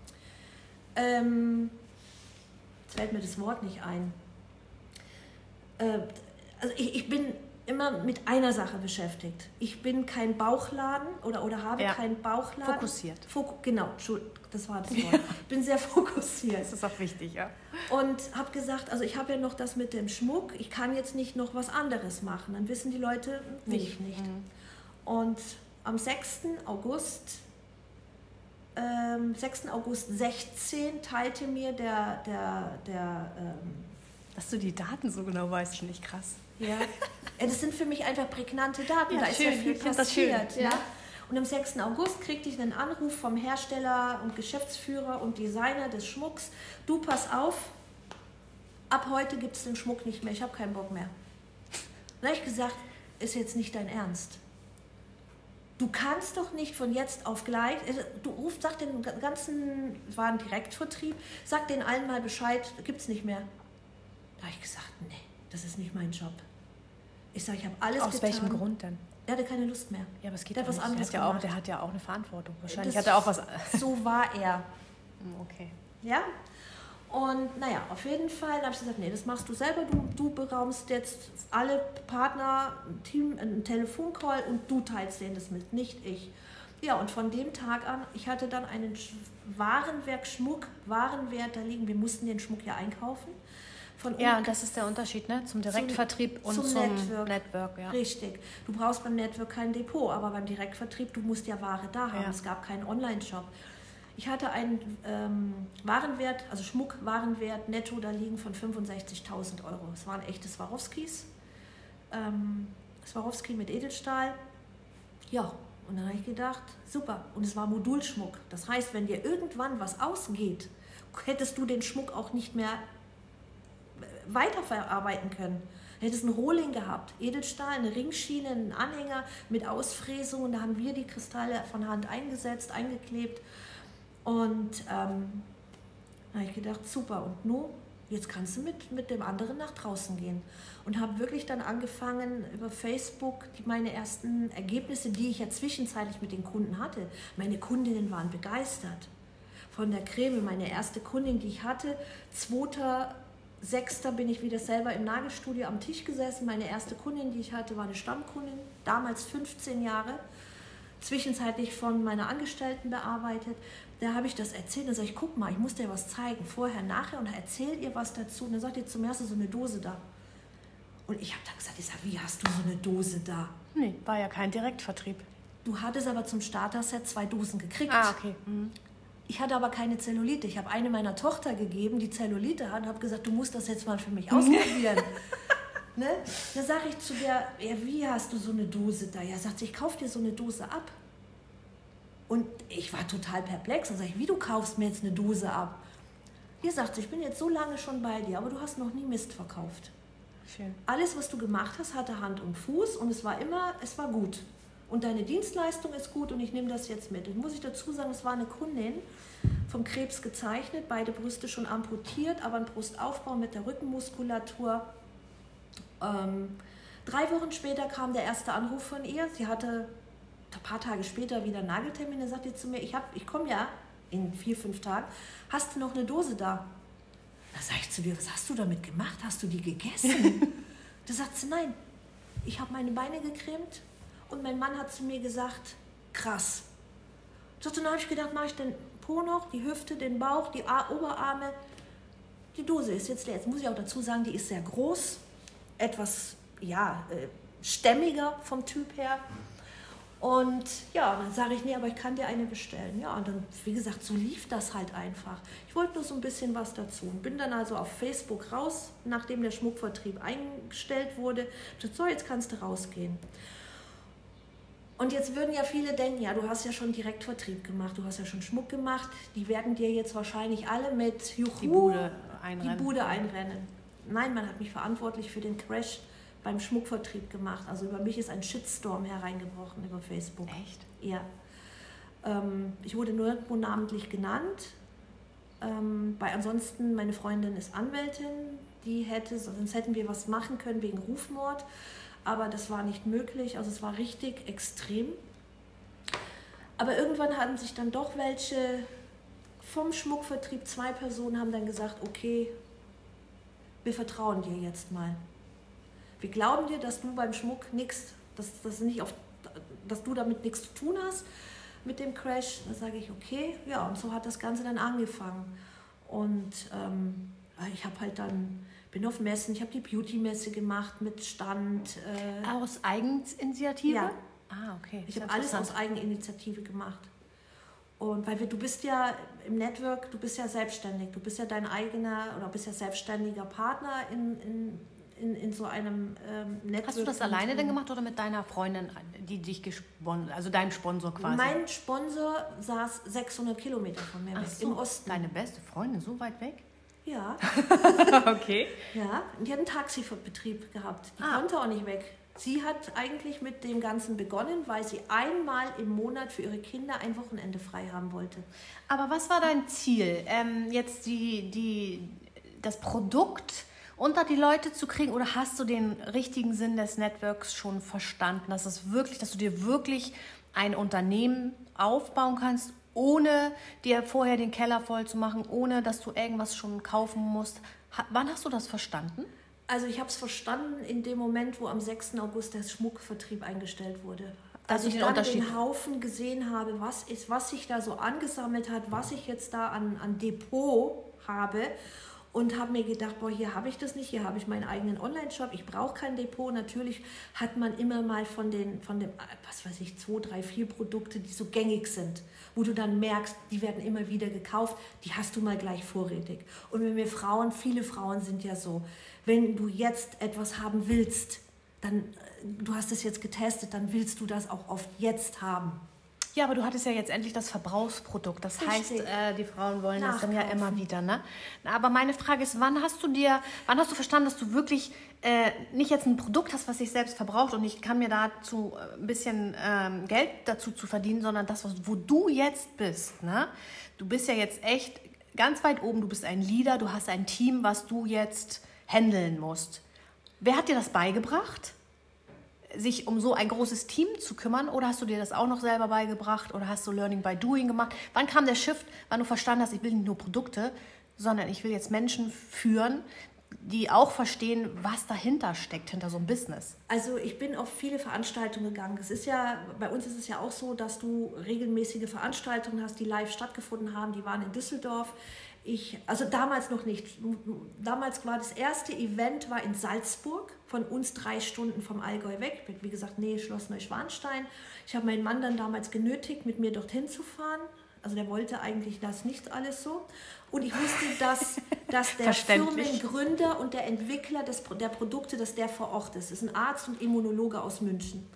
jetzt fällt mir das Wort nicht ein, also ich bin immer mit einer Sache beschäftigt. Ich bin kein Bauchladen oder habe keinen Bauchladen. Fokussiert. Genau, das war das Wort. Ich bin sehr fokussiert. Das ist auch wichtig, ja. Und habe gesagt, also ich habe ja noch das mit dem Schmuck, ich kann jetzt nicht noch was anderes machen. Dann wissen die Leute, will ich nicht. Und am 6. August 16 teilte mir dass du die Daten so genau weißt, finde ich krass. Ja, das sind für mich einfach prägnante Daten, ja, da schön, ist ja viel passiert. Ja. Ne? Und am 6. August kriegte ich einen Anruf vom Hersteller und Geschäftsführer und Designer des Schmucks. Du, pass auf, ab heute gibt es den Schmuck nicht mehr, ich habe keinen Bock mehr. Da habe ich gesagt, ist jetzt nicht dein Ernst. Du kannst doch nicht von jetzt auf gleich, sag den ganzen, war ein Direktvertrieb, sag den allen mal Bescheid, gibt es nicht mehr. Da habe ich gesagt, nee, das ist nicht mein Job. Ich sage, ich habe alles Aus getan. welchem Grund denn? Er hatte keine Lust mehr. Ja, aber es geht der hat was anderes gemacht. Der hat ja auch eine Verantwortung. Wahrscheinlich das, hat er auch was... So war er. Okay. Ja? Und naja, auf jeden Fall habe ich gesagt, nee, das machst du selber. Du beraumst jetzt alle Partner, Team, einen Telefoncall und du teilst denen das mit, nicht ich. Ja, und von dem Tag an, ich hatte dann einen Warenwert da liegen. Wir mussten den Schmuck ja einkaufen. Ja, und das ist der Unterschied, ne? Zum Direktvertrieb und zum Network. Ja. Richtig. Du brauchst beim Network kein Depot, aber beim Direktvertrieb, du musst ja Ware da haben. Ja. Es gab keinen Online-Shop. Ich hatte einen Warenwert, also Schmuckwarenwert netto da liegen von 65.000 €. Es waren echte Swarovskis. Swarovski mit Edelstahl. Ja, und dann habe ich gedacht, super. Und es war Modulschmuck. Das heißt, wenn dir irgendwann was ausgeht, hättest du den Schmuck auch nicht mehr weiterverarbeiten können. Du hättest einen Rohling gehabt, Edelstahl, eine Ringschiene, einen Anhänger mit Ausfräsung. Und da haben wir die Kristalle von Hand eingesetzt, eingeklebt. Und da habe ich gedacht, super. Und nun, jetzt kannst du mit dem anderen nach draußen gehen. Und habe wirklich dann angefangen, über Facebook meine ersten Ergebnisse, die ich ja zwischenzeitlich mit den Kunden hatte. Meine Kundinnen waren begeistert von der Creme. Meine erste Kundin, die ich hatte, 2.6. bin ich wieder selber im Nagelstudio am Tisch gesessen. Meine erste Kundin, die ich hatte, war eine Stammkundin, damals 15 Jahre, zwischenzeitlich von meiner Angestellten bearbeitet. Da habe ich das erzählt und sage ich, guck mal, ich muss dir was zeigen, vorher, nachher, und erzählt ihr was dazu. Und dann sagt ihr, zum ersten so eine Dose da. Und ich habe dann gesagt, wie hast du so eine Dose da? Nee, war ja kein Direktvertrieb. Du hattest aber zum Starter-Set 2 Dosen gekriegt. Ah, okay. Mhm. Ich hatte aber keine Zellulite. Ich habe eine meiner Tochter gegeben, die Zellulite hat, und habe gesagt, du musst das jetzt mal für mich ausprobieren. Ne? Da sage ich zu der, ja, wie hast du so eine Dose da? Ja, sagt sie, ich kaufe dir so eine Dose ab. Und ich war total perplex. Dann sage ich, wie, du kaufst mir jetzt eine Dose ab? Ihr sagt, ich bin jetzt so lange schon bei dir, aber du hast noch nie Mist verkauft. Schön. Alles, was du gemacht hast, hatte Hand und Fuß und es war gut. Und deine Dienstleistung ist gut und ich nehme das jetzt mit. Und muss ich dazu sagen, es war eine Kundin, vom Krebs gezeichnet, beide Brüste schon amputiert, aber ein Brustaufbau mit der Rückenmuskulatur. 3 Wochen später kam der erste Anruf von ihr. Sie hatte ein paar Tage später wieder einen Nageltermin. Da sagt sie zu mir, ich komme ja in 4-5 Tagen, hast du noch eine Dose da? Da sage ich zu dir, was hast du damit gemacht? Hast du die gegessen? Da sagt sie, nein, ich habe meine Beine gecremt und mein Mann hat zu mir gesagt, krass. So, dann habe ich gedacht, mache ich den Po noch, die Hüfte, den Bauch, die Oberarme. Die Dose ist jetzt leer. Jetzt muss ich auch dazu sagen, die ist sehr groß, etwas stämmiger vom Typ her. Und ja, dann sage ich, nee, aber ich kann dir eine bestellen. Ja, und dann, wie gesagt, so lief das halt einfach. Ich wollte nur so ein bisschen was dazu. Und bin dann also auf Facebook raus, nachdem der Schmuckvertrieb eingestellt wurde. Ich dachte, so, jetzt kannst du rausgehen. Und jetzt würden ja viele denken, ja, du hast ja schon Direktvertrieb gemacht, du hast ja schon Schmuck gemacht, die werden dir jetzt wahrscheinlich alle mit Juhu die Bude einrennen. Nein, man hat mich verantwortlich für den Crash beim Schmuckvertrieb gemacht. Also über mich ist ein Shitstorm hereingebrochen über Facebook. Echt? Ja. Ich wurde nirgendwo namentlich genannt. Ansonsten, meine Freundin ist Anwältin, sonst hätten wir was machen können wegen Rufmord. Aber das war nicht möglich, also es war richtig extrem. Aber irgendwann hatten sich dann doch welche vom Schmuckvertrieb, 2 Personen haben dann gesagt, okay, wir vertrauen dir jetzt mal. Wir glauben dir, dass du beim Schmuck dass du damit nichts zu tun hast mit dem Crash. Da sage ich, okay, ja, und so hat das Ganze dann angefangen. Und ich habe halt dann... bin auf Messen, ich habe die Beauty-Messe gemacht mit Stand. Aus Eigeninitiative? Ja. Ah, okay. Ich habe alles aus Eigeninitiative gemacht. Und weil du bist ja im Network, du bist ja selbstständig, du bist ja dein eigener oder bist ja selbstständiger Partner in so einem Network. Hast du das alleine denn gemacht oder mit deiner Freundin, die dich gesponsert, also deinem Sponsor quasi? Mein Sponsor saß 600 Kilometer von mir weg, im Osten. Deine beste Freundin, so weit weg? Ja. Okay. Ja, und die hat einen Taxibetrieb gehabt. Die konnte auch nicht weg. Sie hat eigentlich mit dem Ganzen begonnen, weil sie einmal im Monat für ihre Kinder ein Wochenende frei haben wollte. Aber was war dein Ziel? Jetzt das Produkt unter die Leute zu kriegen, oder hast du den richtigen Sinn des Networks schon verstanden, dass du dir wirklich ein Unternehmen aufbauen kannst, ohne dir vorher den Keller voll zu machen, ohne dass du irgendwas schon kaufen musst? Wann hast du das verstanden? Also ich habe es verstanden in dem Moment, wo am 6. August der Schmuckvertrieb eingestellt wurde. Als ich dann den Haufen gesehen habe, was sich da so angesammelt hat, was ich jetzt da an Depot habe, und habe mir gedacht, boah, hier habe ich das nicht, hier habe ich meinen eigenen Online-Shop, ich brauche kein Depot. Natürlich hat man immer mal von dem, was weiß ich, 2, 3, 4 Produkte, die so gängig sind, wo du dann merkst, die werden immer wieder gekauft, die hast du mal gleich vorrätig. Und viele Frauen sind ja so, wenn du jetzt etwas haben willst, dann, du hast es jetzt getestet, dann willst du das auch oft jetzt haben. Ja, aber du hattest ja jetzt endlich das Verbrauchsprodukt. Das heißt, die Frauen wollen das dann ja immer wieder, ne? Aber meine Frage ist, wann hast du verstanden, dass du wirklich nicht jetzt ein Produkt hast, was sich selbst verbraucht, und ich kann mir dazu ein bisschen Geld dazu zu verdienen, sondern das, wo du jetzt bist, ne? Du bist ja jetzt echt ganz weit oben, du bist ein Leader, du hast ein Team, was du jetzt handeln musst. Wer hat dir das beigebracht, sich um so ein großes Team zu kümmern, oder hast du dir das auch noch selber beigebracht oder hast du Learning by Doing gemacht? Wann kam der Shift, wann du verstanden hast, ich will nicht nur Produkte, sondern ich will jetzt Menschen führen, die auch verstehen, was dahinter steckt, hinter so einem Business? Also ich bin auf viele Veranstaltungen gegangen. Bei uns ist es ja auch so, dass du regelmäßige Veranstaltungen hast, die live stattgefunden haben. Die waren in Düsseldorf. Also damals noch nicht. Damals war das erste Event war in Salzburg, von uns 3 Stunden vom Allgäu weg. Wie gesagt, Nähe Schloss Neuschwanstein. Ich habe meinen Mann dann damals genötigt, mit mir dorthin zu fahren. Also der wollte eigentlich das nicht alles so. Und ich wusste, dass der Firmengründer und der Entwickler der Produkte, dass der vor Ort ist. Das ist ein Arzt und Immunologe aus München.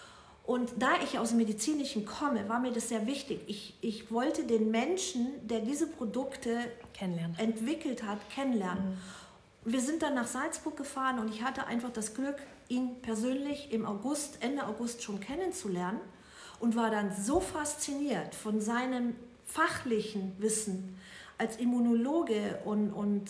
Und da ich aus dem Medizinischen komme, war mir das sehr wichtig. Ich wollte den Menschen, der diese Produkte entwickelt hat, kennenlernen. Wir sind dann nach Salzburg gefahren und ich hatte einfach das Glück, ihn persönlich Ende August schon kennenzulernen, und war dann so fasziniert von seinem fachlichen Wissen als Immunologe und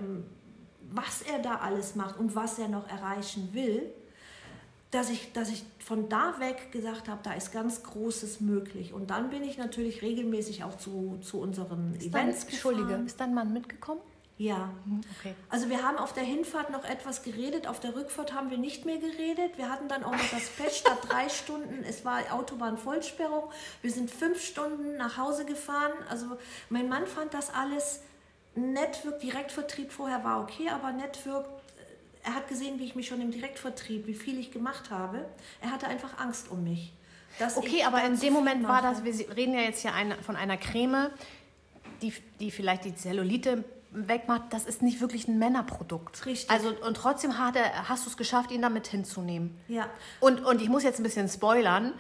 was er da alles macht und was er noch erreichen will, dass ich von da weg gesagt habe, da ist ganz Großes möglich. Und dann bin ich natürlich regelmäßig auch zu unseren Events gefahren. Ist dein Mann mitgekommen? Ja. Okay. Also wir haben auf der Hinfahrt noch etwas geredet, auf der Rückfahrt haben wir nicht mehr geredet. Wir hatten dann auch noch das Pech, statt 3 Stunden, es war Autobahnvollsperrung. Wir sind 5 Stunden nach Hause gefahren. Also mein Mann fand das alles Network, Direktvertrieb vorher war okay, aber Network, er hat gesehen, wie ich mich schon im Direktvertrieb, wie viel ich gemacht habe. Er hatte einfach Angst um mich. Okay, aber in dem Moment war das, wir reden ja jetzt hier von einer Creme, die vielleicht die Zellulite wegmacht, das ist nicht wirklich ein Männerprodukt. Richtig. Also, und trotzdem hast du es geschafft, ihn damit hinzunehmen. Ja. Und ich muss jetzt ein bisschen spoilern,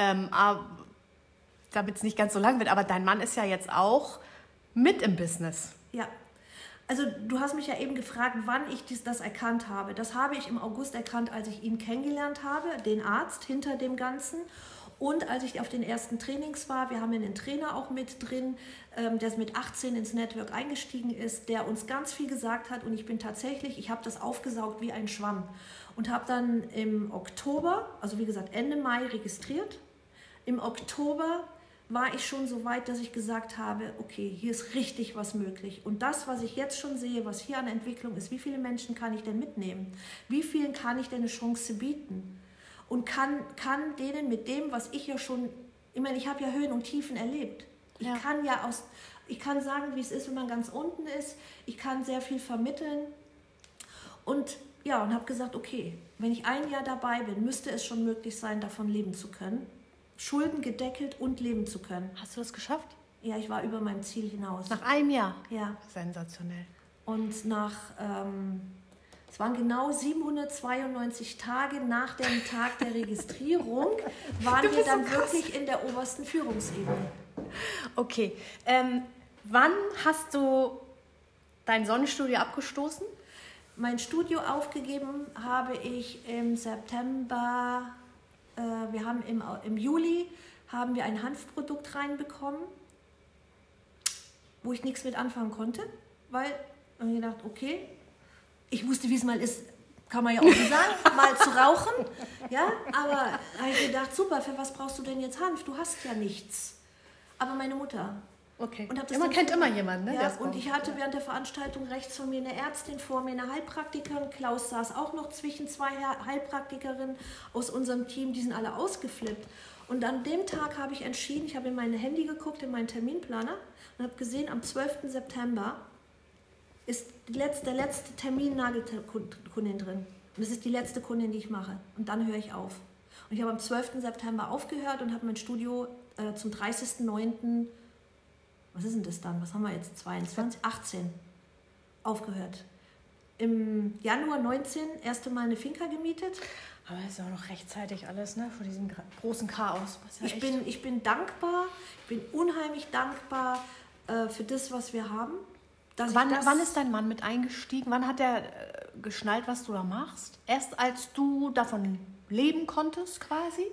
damit es nicht ganz so lang wird, aber dein Mann ist ja jetzt auch mit im Business. Ja. Also du hast mich ja eben gefragt, wann ich das erkannt habe. Das habe ich im August erkannt, als ich ihn kennengelernt habe, den Arzt hinter dem Ganzen. Und als ich auf den ersten Trainings war, wir haben einen Trainer auch mit drin, der mit 18 ins Network eingestiegen ist, der uns ganz viel gesagt hat. Und ich habe das aufgesaugt wie ein Schwamm. Und habe dann im Oktober, also wie gesagt Ende Mai registriert. Im Oktober war ich schon so weit, dass ich gesagt habe, okay, hier ist richtig was möglich. Und das, was ich jetzt schon sehe, was hier an Entwicklung ist, wie viele Menschen kann ich denn mitnehmen? Wie vielen kann ich denn eine Chance bieten? Und kann denen mit dem, was ich ja schon, ich meine, ich habe ja Höhen und Tiefen erlebt. Ich kann sagen, wie es ist, wenn man ganz unten ist. Ich kann sehr viel vermitteln. Und habe gesagt, okay, wenn ich ein Jahr dabei bin, müsste es schon möglich sein, davon leben zu können. Schulden gedeckelt und leben zu können. Hast du das geschafft? Ja, ich war über meinem Ziel hinaus. Nach einem Jahr? Ja. Sensationell. Und es waren genau 792 Tage nach dem Tag der Registrierung, waren wir dann wirklich in der obersten Führungsebene. Okay. Wann hast du dein Sonnenstudio abgestoßen? Mein Studio aufgegeben habe ich im September. Wir haben im Juli haben wir ein Hanfprodukt reinbekommen, wo ich nichts mit anfangen konnte, weil ich habe gedacht, okay, ich wusste, wie es mal ist, kann man ja auch nicht sagen, mal zu rauchen. Ja, aber habe ich gedacht, super, für was brauchst du denn jetzt Hanf? Du hast ja nichts. Aber meine Mutter. Okay. Und man kennt immer jemanden, ne? Ja, und ich hatte während der Veranstaltung rechts von mir eine Ärztin, vor mir eine Heilpraktikerin. Klaus saß auch noch zwischen zwei Heilpraktikerinnen aus unserem Team, die sind alle ausgeflippt. Und an dem Tag habe ich entschieden, ich habe in mein Handy geguckt, in meinen Terminplaner und habe gesehen, am 12. September ist der letzte Termin Nagelkundin drin. Und das ist die letzte Kundin, die ich mache. Und dann höre ich auf. Und ich habe am 12. September aufgehört und habe mein Studio zum 30.09. Was ist denn das dann? Was haben wir jetzt? 22? 18. Aufgehört. Im Januar 19 erste Mal eine Finca gemietet. Aber das ist auch noch rechtzeitig alles, ne? Vor diesem großen Chaos. Ja, ich bin dankbar, ich bin unheimlich dankbar für das, was wir haben. Wann ist dein Mann mit eingestiegen? Wann hat er geschnallt, was du da machst? Erst als du davon leben konntest, quasi?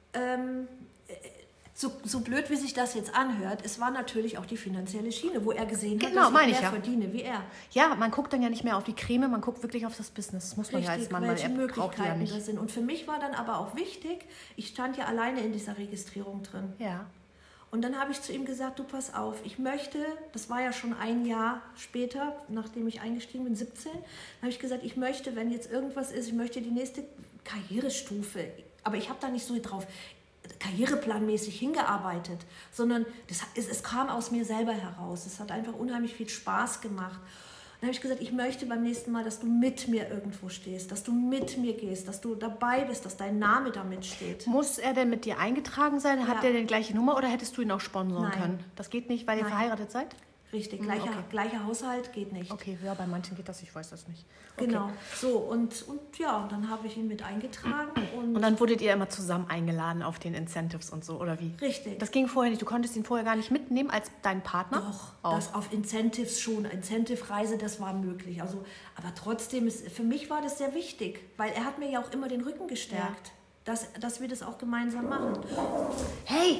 So blöd, wie sich das jetzt anhört, es war natürlich auch die finanzielle Schiene, wo er gesehen hat, genau, dass ich mehr verdiene wie er. Ja, man guckt dann ja nicht mehr auf die Creme, man guckt wirklich auf das Business. Das muss man Richtig, ja als Mann, welche weil er Möglichkeiten braucht ja nicht. das sind. Und für mich war dann aber auch wichtig, ich stand ja alleine in dieser Registrierung drin. Ja. Und dann habe ich zu ihm gesagt, du pass auf, ich möchte, das war ja schon ein Jahr später, nachdem ich eingestiegen bin, 17, dann habe ich gesagt, ich möchte, wenn jetzt irgendwas ist, ich möchte die nächste Karrierestufe, aber ich habe da nicht so drauf karriereplanmäßig hingearbeitet, sondern es kam aus mir selber heraus. Es hat einfach unheimlich viel Spaß gemacht. Dann habe ich gesagt, ich möchte beim nächsten Mal, dass du mit mir irgendwo stehst, dass du mit mir gehst, dass du dabei bist, dass dein Name damit steht. Muss er denn mit dir eingetragen sein? Ja. Hat der die gleiche Nummer oder hättest du ihn auch sponsoren Nein. können? Das geht nicht, weil ihr verheiratet seid? Richtig, Okay. gleicher Haushalt geht nicht. Okay, ja, bei manchen geht das, ich weiß das nicht. Okay. Genau, so und dann habe ich ihn mit eingetragen. Und dann wurdet ihr immer zusammen eingeladen auf den Incentives und so, oder wie? Richtig. Das ging vorher nicht, du konntest ihn vorher gar nicht mitnehmen als deinen Partner? Doch, das auf Incentives schon, Incentive-Reise, das war möglich. Also, aber trotzdem, für mich war das sehr wichtig, weil er hat mir ja auch immer den Rücken gestärkt, dass wir das auch gemeinsam machen. Hey!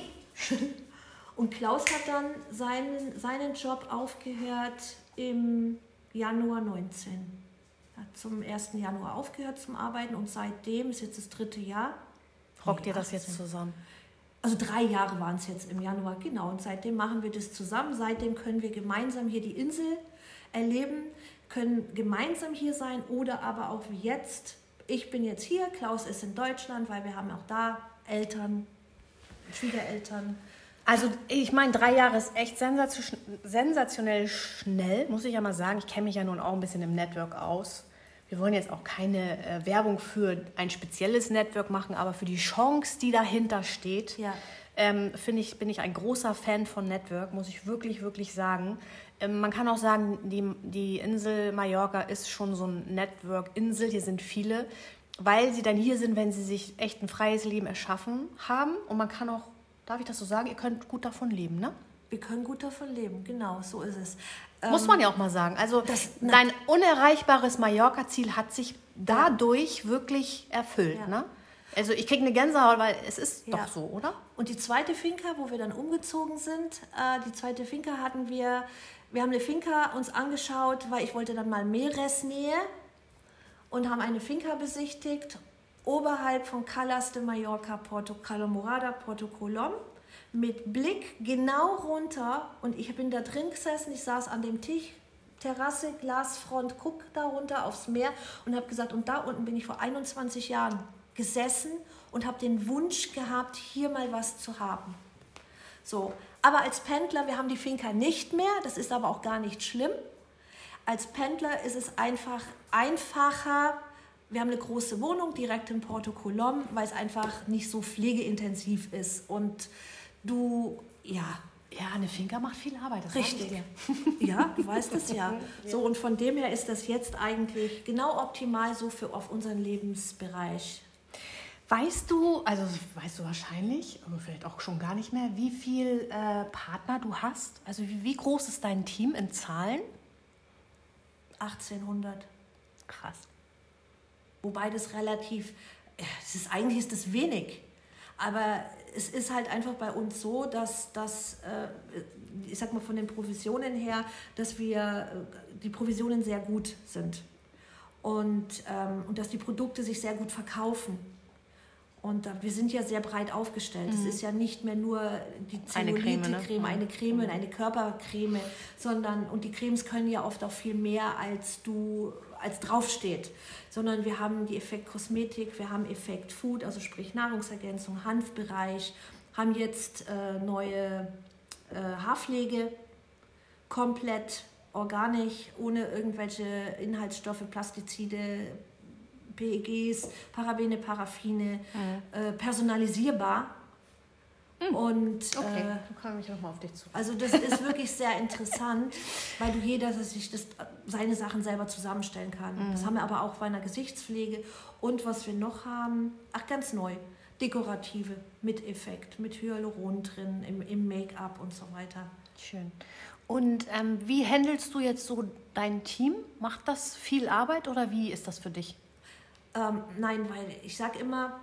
Und Klaus hat dann seinen Job aufgehört im Januar 19. Er hat zum 1. Januar aufgehört zum Arbeiten und seitdem ist jetzt das 3. Jahr. Rockt ihr das jetzt zusammen? Also 3 Jahre waren es jetzt im Januar, genau. Und seitdem machen wir das zusammen. Seitdem können wir gemeinsam hier die Insel erleben, können gemeinsam hier sein oder aber auch wie jetzt. Ich bin jetzt hier, Klaus ist in Deutschland, weil wir haben auch da Eltern, Schwiegereltern. Also ich meine, 3 Jahre ist echt sensationell schnell, muss ich ja mal sagen. Ich kenne mich ja nun auch ein bisschen im Network aus. Wir wollen jetzt auch keine Werbung für ein spezielles Network machen, aber für die Chance, die dahinter steht, bin ich ein großer Fan von Network, muss ich wirklich, wirklich sagen. Man kann auch sagen, die Insel Mallorca ist schon so ein Network-Insel. Hier sind viele, weil sie dann hier sind, wenn sie sich echt ein freies Leben erschaffen haben. Und man kann auch, darf ich das so sagen, ihr könnt gut davon leben, ne? Wir können gut davon leben, genau, so ist es. Muss man ja auch mal sagen. Also dein unerreichbares Mallorca-Ziel hat sich dadurch wirklich erfüllt, Ja. ne? Also ich kriege eine Gänsehaut, weil es ist doch so, oder? Und die zweite Finca, wo wir dann umgezogen sind, die zweite Finca hatten wir haben eine Finca uns angeschaut, weil ich wollte dann mal Meeresnähe und haben eine Finca besichtigt, oberhalb von Calas de Mallorca, Porto Calomorada, Porto Colom, mit Blick genau runter und ich bin da drin gesessen, ich saß an dem Tisch, Terrasse, Glasfront, guck da runter aufs Meer und habe gesagt, und da unten bin ich vor 21 Jahren gesessen und habe den Wunsch gehabt, hier mal was zu haben. So, aber als Pendler, wir haben die Finca nicht mehr, das ist aber auch gar nicht schlimm. Als Pendler ist es einfach einfacher. Wir haben eine große Wohnung direkt in Porto Colom, weil es einfach nicht so pflegeintensiv ist. Und Ja, eine Finca macht viel Arbeit, das richtig. sag ich dir. Ja, du weißt es ja. So, und von dem her ist das jetzt eigentlich genau optimal so auf unseren Lebensbereich. Weißt du wahrscheinlich, aber vielleicht auch schon gar nicht mehr, wie viel Partner du hast? Also wie groß ist dein Team in Zahlen? 1800. Krass. Wobei das relativ, eigentlich ist das wenig. Aber es ist halt einfach bei uns so, dass ich sag mal von den Provisionen her, dass die Provisionen sehr gut sind. Und dass die Produkte sich sehr gut verkaufen. Und wir sind ja sehr breit aufgestellt. Es ist ja nicht mehr nur die Zellulite-Creme, eine Creme und eine Körpercreme, und die Cremes können ja oft auch viel mehr als draufsteht. Sondern wir haben die Effekt Kosmetik, wir haben Effekt Food, also sprich Nahrungsergänzung, Hanfbereich, haben jetzt neue Haarpflege, komplett organisch, ohne irgendwelche Inhaltsstoffe, Plastizide, PEGs, Parabene, Paraffine, personalisierbar. Und, okay, dann komme ich nochmal auf dich zu. Also das ist wirklich sehr interessant, weil jeder sich seine Sachen selber zusammenstellen kann. Das haben wir aber auch bei einer Gesichtspflege. Und was wir noch haben, ganz neu, dekorative mit Effekt, mit Hyaluron drin, im Make-up und so weiter. Schön. Und wie handelst du jetzt so dein Team? Macht das viel Arbeit oder wie ist das für dich? Nein, weil ich sage immer,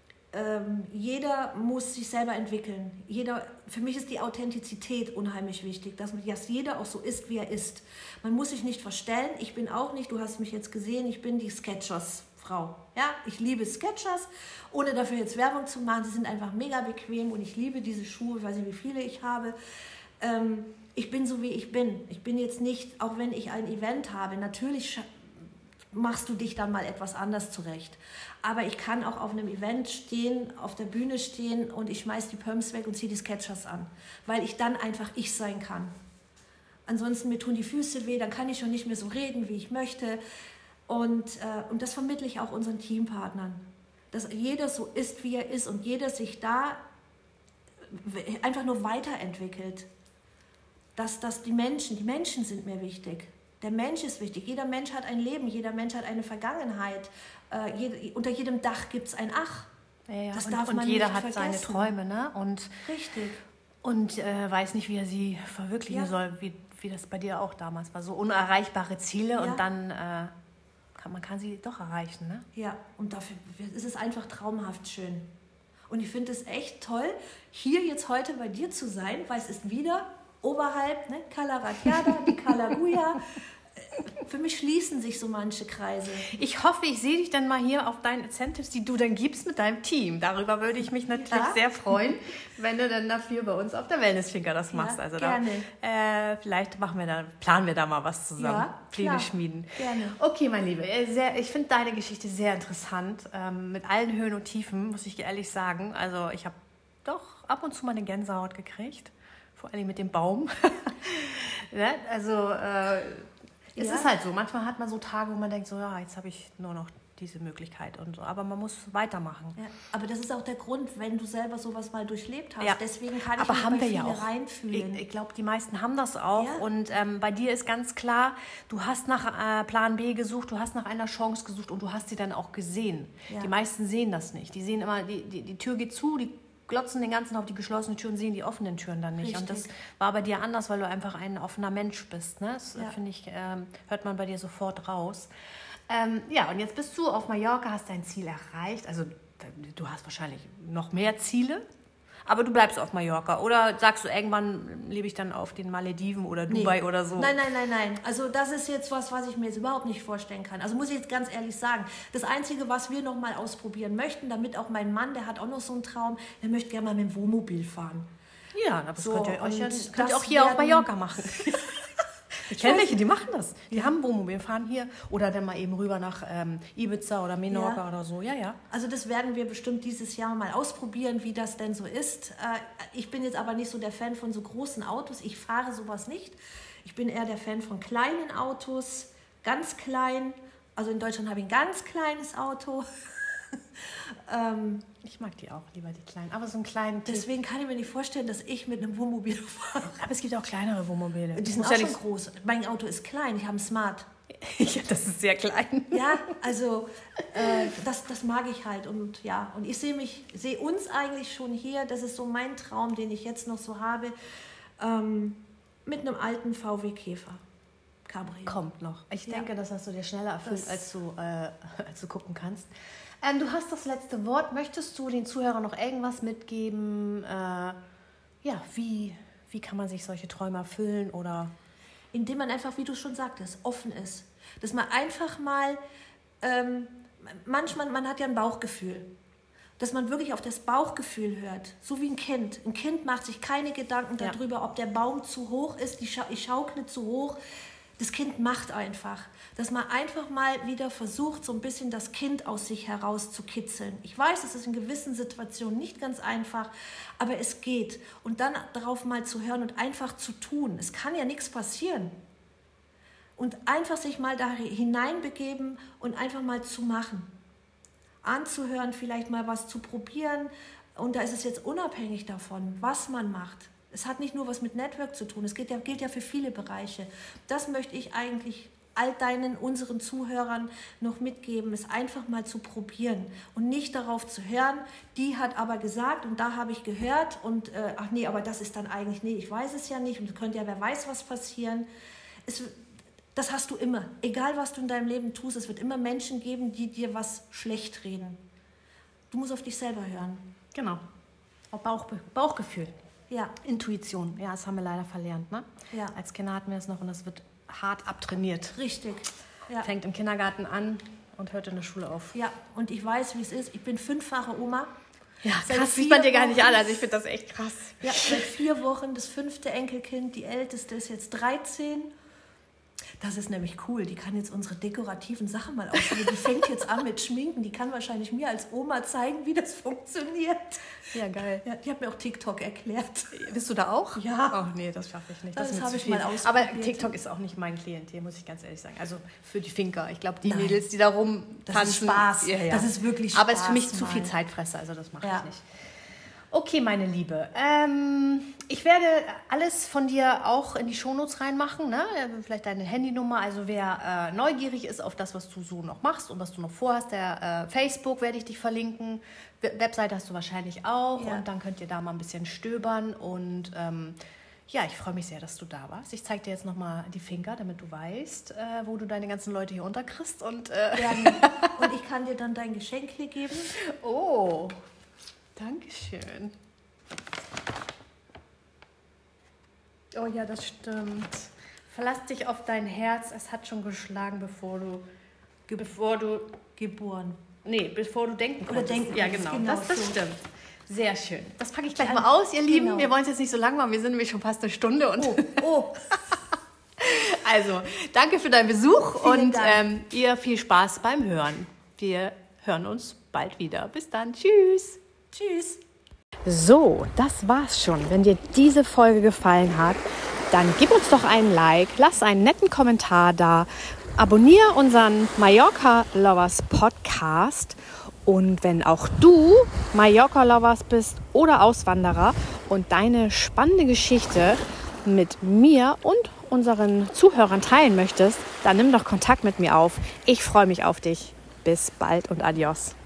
jeder muss sich selber entwickeln. Für mich ist die Authentizität unheimlich wichtig, dass jeder auch so ist, wie er ist. Man muss sich nicht verstellen. Ich bin auch nicht, du hast mich jetzt gesehen, ich bin die Skechers-Frau. Ja, ich liebe Skechers, ohne dafür jetzt Werbung zu machen. Sie sind einfach mega bequem und ich liebe diese Schuhe. Ich weiß nicht, wie viele ich habe. Ich bin so, wie ich bin. Ich bin jetzt nicht, auch wenn ich ein Event habe, natürlich machst du dich dann mal etwas anders zurecht. Aber ich kann auch auf einem Event stehen, auf der Bühne stehen und ich schmeiß die Pumps weg und ziehe die Skechers an, weil ich dann einfach ich sein kann. Ansonsten mir tun die Füße weh, dann kann ich schon nicht mehr so reden, wie ich möchte. Und das vermittle ich auch unseren Teampartnern, dass jeder so ist, wie er ist und jeder sich da einfach nur weiterentwickelt. Dass die Menschen sind mir wichtig. Der Mensch ist wichtig. Jeder Mensch hat ein Leben, jeder Mensch hat eine Vergangenheit. Unter jedem Dach gibt es ein Ach. Ja, das und, darf und man jeder nicht hat vergessen. seine Träume, ne? Richtig. Und weiß nicht, wie er sie verwirklichen soll, wie das bei dir auch damals war. So unerreichbare Ziele und dann man kann sie doch erreichen, ne? Ja, und dafür ist es einfach traumhaft schön. Und ich finde es echt toll, hier jetzt heute bei dir zu sein, weil es ist wieder oberhalb, ne, Cala Ratjada, die Cala Guia. Für mich schließen sich so manche Kreise. Ich hoffe, ich sehe dich dann mal hier auf deinen Incentives, die du dann gibst mit deinem Team. Darüber würde ich mich natürlich sehr freuen, wenn du dann dafür bei uns auf der Wellness-Finca das machst. Ja, also gerne. Vielleicht planen wir da mal was zusammen. Ja, Pläne klar, schmieden. Gerne. Okay, mein Liebe, ich finde deine Geschichte sehr interessant. Mit allen Höhen und Tiefen, muss ich dir ehrlich sagen. Also ich habe doch ab und zu mal eine Gänsehaut gekriegt. Vor allem mit dem Baum. Ja, also es ist halt so. Manchmal hat man so Tage, wo man denkt, so ja, jetzt habe ich nur noch diese Möglichkeit und so. Aber man muss weitermachen. Ja, aber das ist auch der Grund, wenn du selber sowas mal durchlebt hast. Ja. Deswegen kann ich aber mich haben bei wir viele ja auch. reinfühlen. Ich glaube, die meisten haben das auch. Ja. Und bei dir ist ganz klar, du hast nach Plan B gesucht, du hast nach einer Chance gesucht und du hast sie dann auch gesehen. Ja. Die meisten sehen das nicht. Die sehen immer, die Tür geht zu, die glotzen den ganzen auf die geschlossene Tür und sehen die offenen Türen dann nicht. Richtig. Und das war bei dir anders, weil du einfach ein offener Mensch bist. Ne? Das finde ich, hört man bei dir sofort raus. Ja, und jetzt bist du auf Mallorca, hast dein Ziel erreicht. Also du hast wahrscheinlich noch mehr Ziele, aber du bleibst auf Mallorca. Oder sagst du, irgendwann lebe ich dann auf den Malediven oder Dubai oder so? Nein. Also das ist jetzt was ich mir jetzt überhaupt nicht vorstellen kann. Also muss ich jetzt ganz ehrlich sagen, das Einzige, was wir noch mal ausprobieren möchten, damit auch mein Mann, der hat auch noch so einen Traum, der möchte gerne mal mit dem Wohnmobil fahren. Ja, aber das So, könnt ihr euch und könnt ihr das auch hier auf werden- Mallorca machen. Ich kenne welche, die machen das. Die haben ein Wohnmobil, fahren hier oder dann mal eben rüber nach Ibiza oder Menorca oder so. Ja. Also das werden wir bestimmt dieses Jahr mal ausprobieren, wie das denn so ist. Ich bin jetzt aber nicht so der Fan von so großen Autos. Ich fahre sowas nicht. Ich bin eher der Fan von kleinen Autos, ganz klein. Also in Deutschland habe ich ein ganz kleines Auto. Ich mag die auch, lieber die kleinen. Aber so einen kleinen Deswegen kann ich mir nicht vorstellen, dass ich mit einem Wohnmobil fahre. Aber es gibt auch kleinere Wohnmobile. Die sind auch schon groß. Mein Auto ist klein, ich habe ein Smart. Ja, das ist sehr klein. Ja, also das mag ich halt. Und ich sehe uns eigentlich schon hier, das ist so mein Traum, den ich jetzt noch so habe, mit einem alten VW Käfer. Cabrio. Kommt noch. Ich denke, das hast du dir schneller erfüllt, als du gucken kannst. Du hast das letzte Wort. Möchtest du den Zuhörern noch irgendwas mitgeben? Wie kann man sich solche Träume erfüllen? Oder indem man einfach, wie du schon sagtest, offen ist. Dass man einfach mal, manchmal, man hat ja ein Bauchgefühl. Dass man wirklich auf das Bauchgefühl hört. So wie ein Kind. Ein Kind macht sich keine Gedanken darüber, ob der Baum zu hoch ist, ich schaukle zu hoch. Das Kind macht einfach. Dass man einfach mal wieder versucht, so ein bisschen das Kind aus sich heraus zu kitzeln. Ich weiß, es ist in gewissen Situationen nicht ganz einfach, aber es geht. Und dann darauf mal zu hören und einfach zu tun. Es kann ja nichts passieren. Und einfach sich mal da hineinbegeben und einfach mal zu machen. Anzuhören, vielleicht mal was zu probieren. Und da ist es jetzt unabhängig davon, was man macht. Es hat nicht nur was mit Network zu tun, es gilt ja für viele Bereiche. Das möchte ich eigentlich unseren Zuhörern noch mitgeben, es einfach mal zu probieren und nicht darauf zu hören, die hat aber gesagt und da habe ich gehört und aber das ist dann eigentlich, ich weiß es ja nicht und es könnte ja, wer weiß, was passieren. Das hast du immer, egal was du in deinem Leben tust, es wird immer Menschen geben, die dir was schlecht reden. Du musst auf dich selber hören. Genau, Bauchgefühl. Ja. Intuition, ja, das haben wir leider verlernt. Ne? Ja. Als Kinder hatten wir es noch und das wird hart abtrainiert. Richtig. Ja. Fängt im Kindergarten an und hört in der Schule auf. Ja, und ich weiß, wie es ist. Ich bin 5-fache Oma. Ja, krass, sieht man dir gar nicht an. Also ich finde das echt krass. Ja, seit 4 Wochen das 5. Enkelkind. Die älteste ist jetzt 13. Das ist nämlich cool. Die kann jetzt unsere dekorativen Sachen mal ausprobieren. Die fängt jetzt an mit Schminken. Die kann wahrscheinlich mir als Oma zeigen, wie das funktioniert. Ja, geil. Ja, die hat mir auch TikTok erklärt. Bist du da auch? Ja. Oh nee, das schaffe ich nicht. Das ist mir habe zu ich viel. mal ausprobiert. Aber TikTok ist auch nicht mein Klientel, muss ich ganz ehrlich sagen. Also für die Finker. Ich glaube, die Nein. Mädels, die da rumtanzen. Das ist Spaß. Ja. Das ist wirklich Spaß. Aber es ist für mich zu mal. viel Zeitfresser. Also das mache ich nicht. Okay, meine Liebe. Ich werde alles von dir auch in die Shownotes reinmachen, ne? Vielleicht deine Handynummer. Also wer neugierig ist auf das, was du so noch machst und was du noch vorhast, der Facebook werde ich dich verlinken. Webseite hast du wahrscheinlich auch. Ja. Und dann könnt ihr da mal ein bisschen stöbern. Und ich freue mich sehr, dass du da warst. Ich zeige dir jetzt nochmal die Finker, damit du weißt, wo du deine ganzen Leute hier unterkriegst. Und ich kann dir dann dein Geschenk hier geben. Oh, Dankeschön. Oh ja, das stimmt. Verlass dich auf dein Herz. Es hat schon geschlagen, bevor du Geboren. bevor du denken Oder konntest. denken Ja, konntest, genau. genau Das so. stimmt. Sehr schön. Das packe ich gleich mal aus, ihr Lieben. Genau. Wir wollen es jetzt nicht so lang machen. Wir sind nämlich schon fast eine Stunde. Und Oh. also, danke für deinen Besuch Vielen und Dank. ihr viel Spaß beim Hören. Wir hören uns bald wieder. Bis dann. Tschüss. Tschüss. So, das war's schon. Wenn dir diese Folge gefallen hat, dann gib uns doch einen Like, lass einen netten Kommentar da Abonniere unseren Mallorca Lovers Podcast. Und wenn auch du Mallorca Lovers bist oder Auswanderer und deine spannende Geschichte mit mir und unseren Zuhörern teilen möchtest, dann nimm doch Kontakt mit mir auf. Ich freue mich auf dich. Bis bald und adios.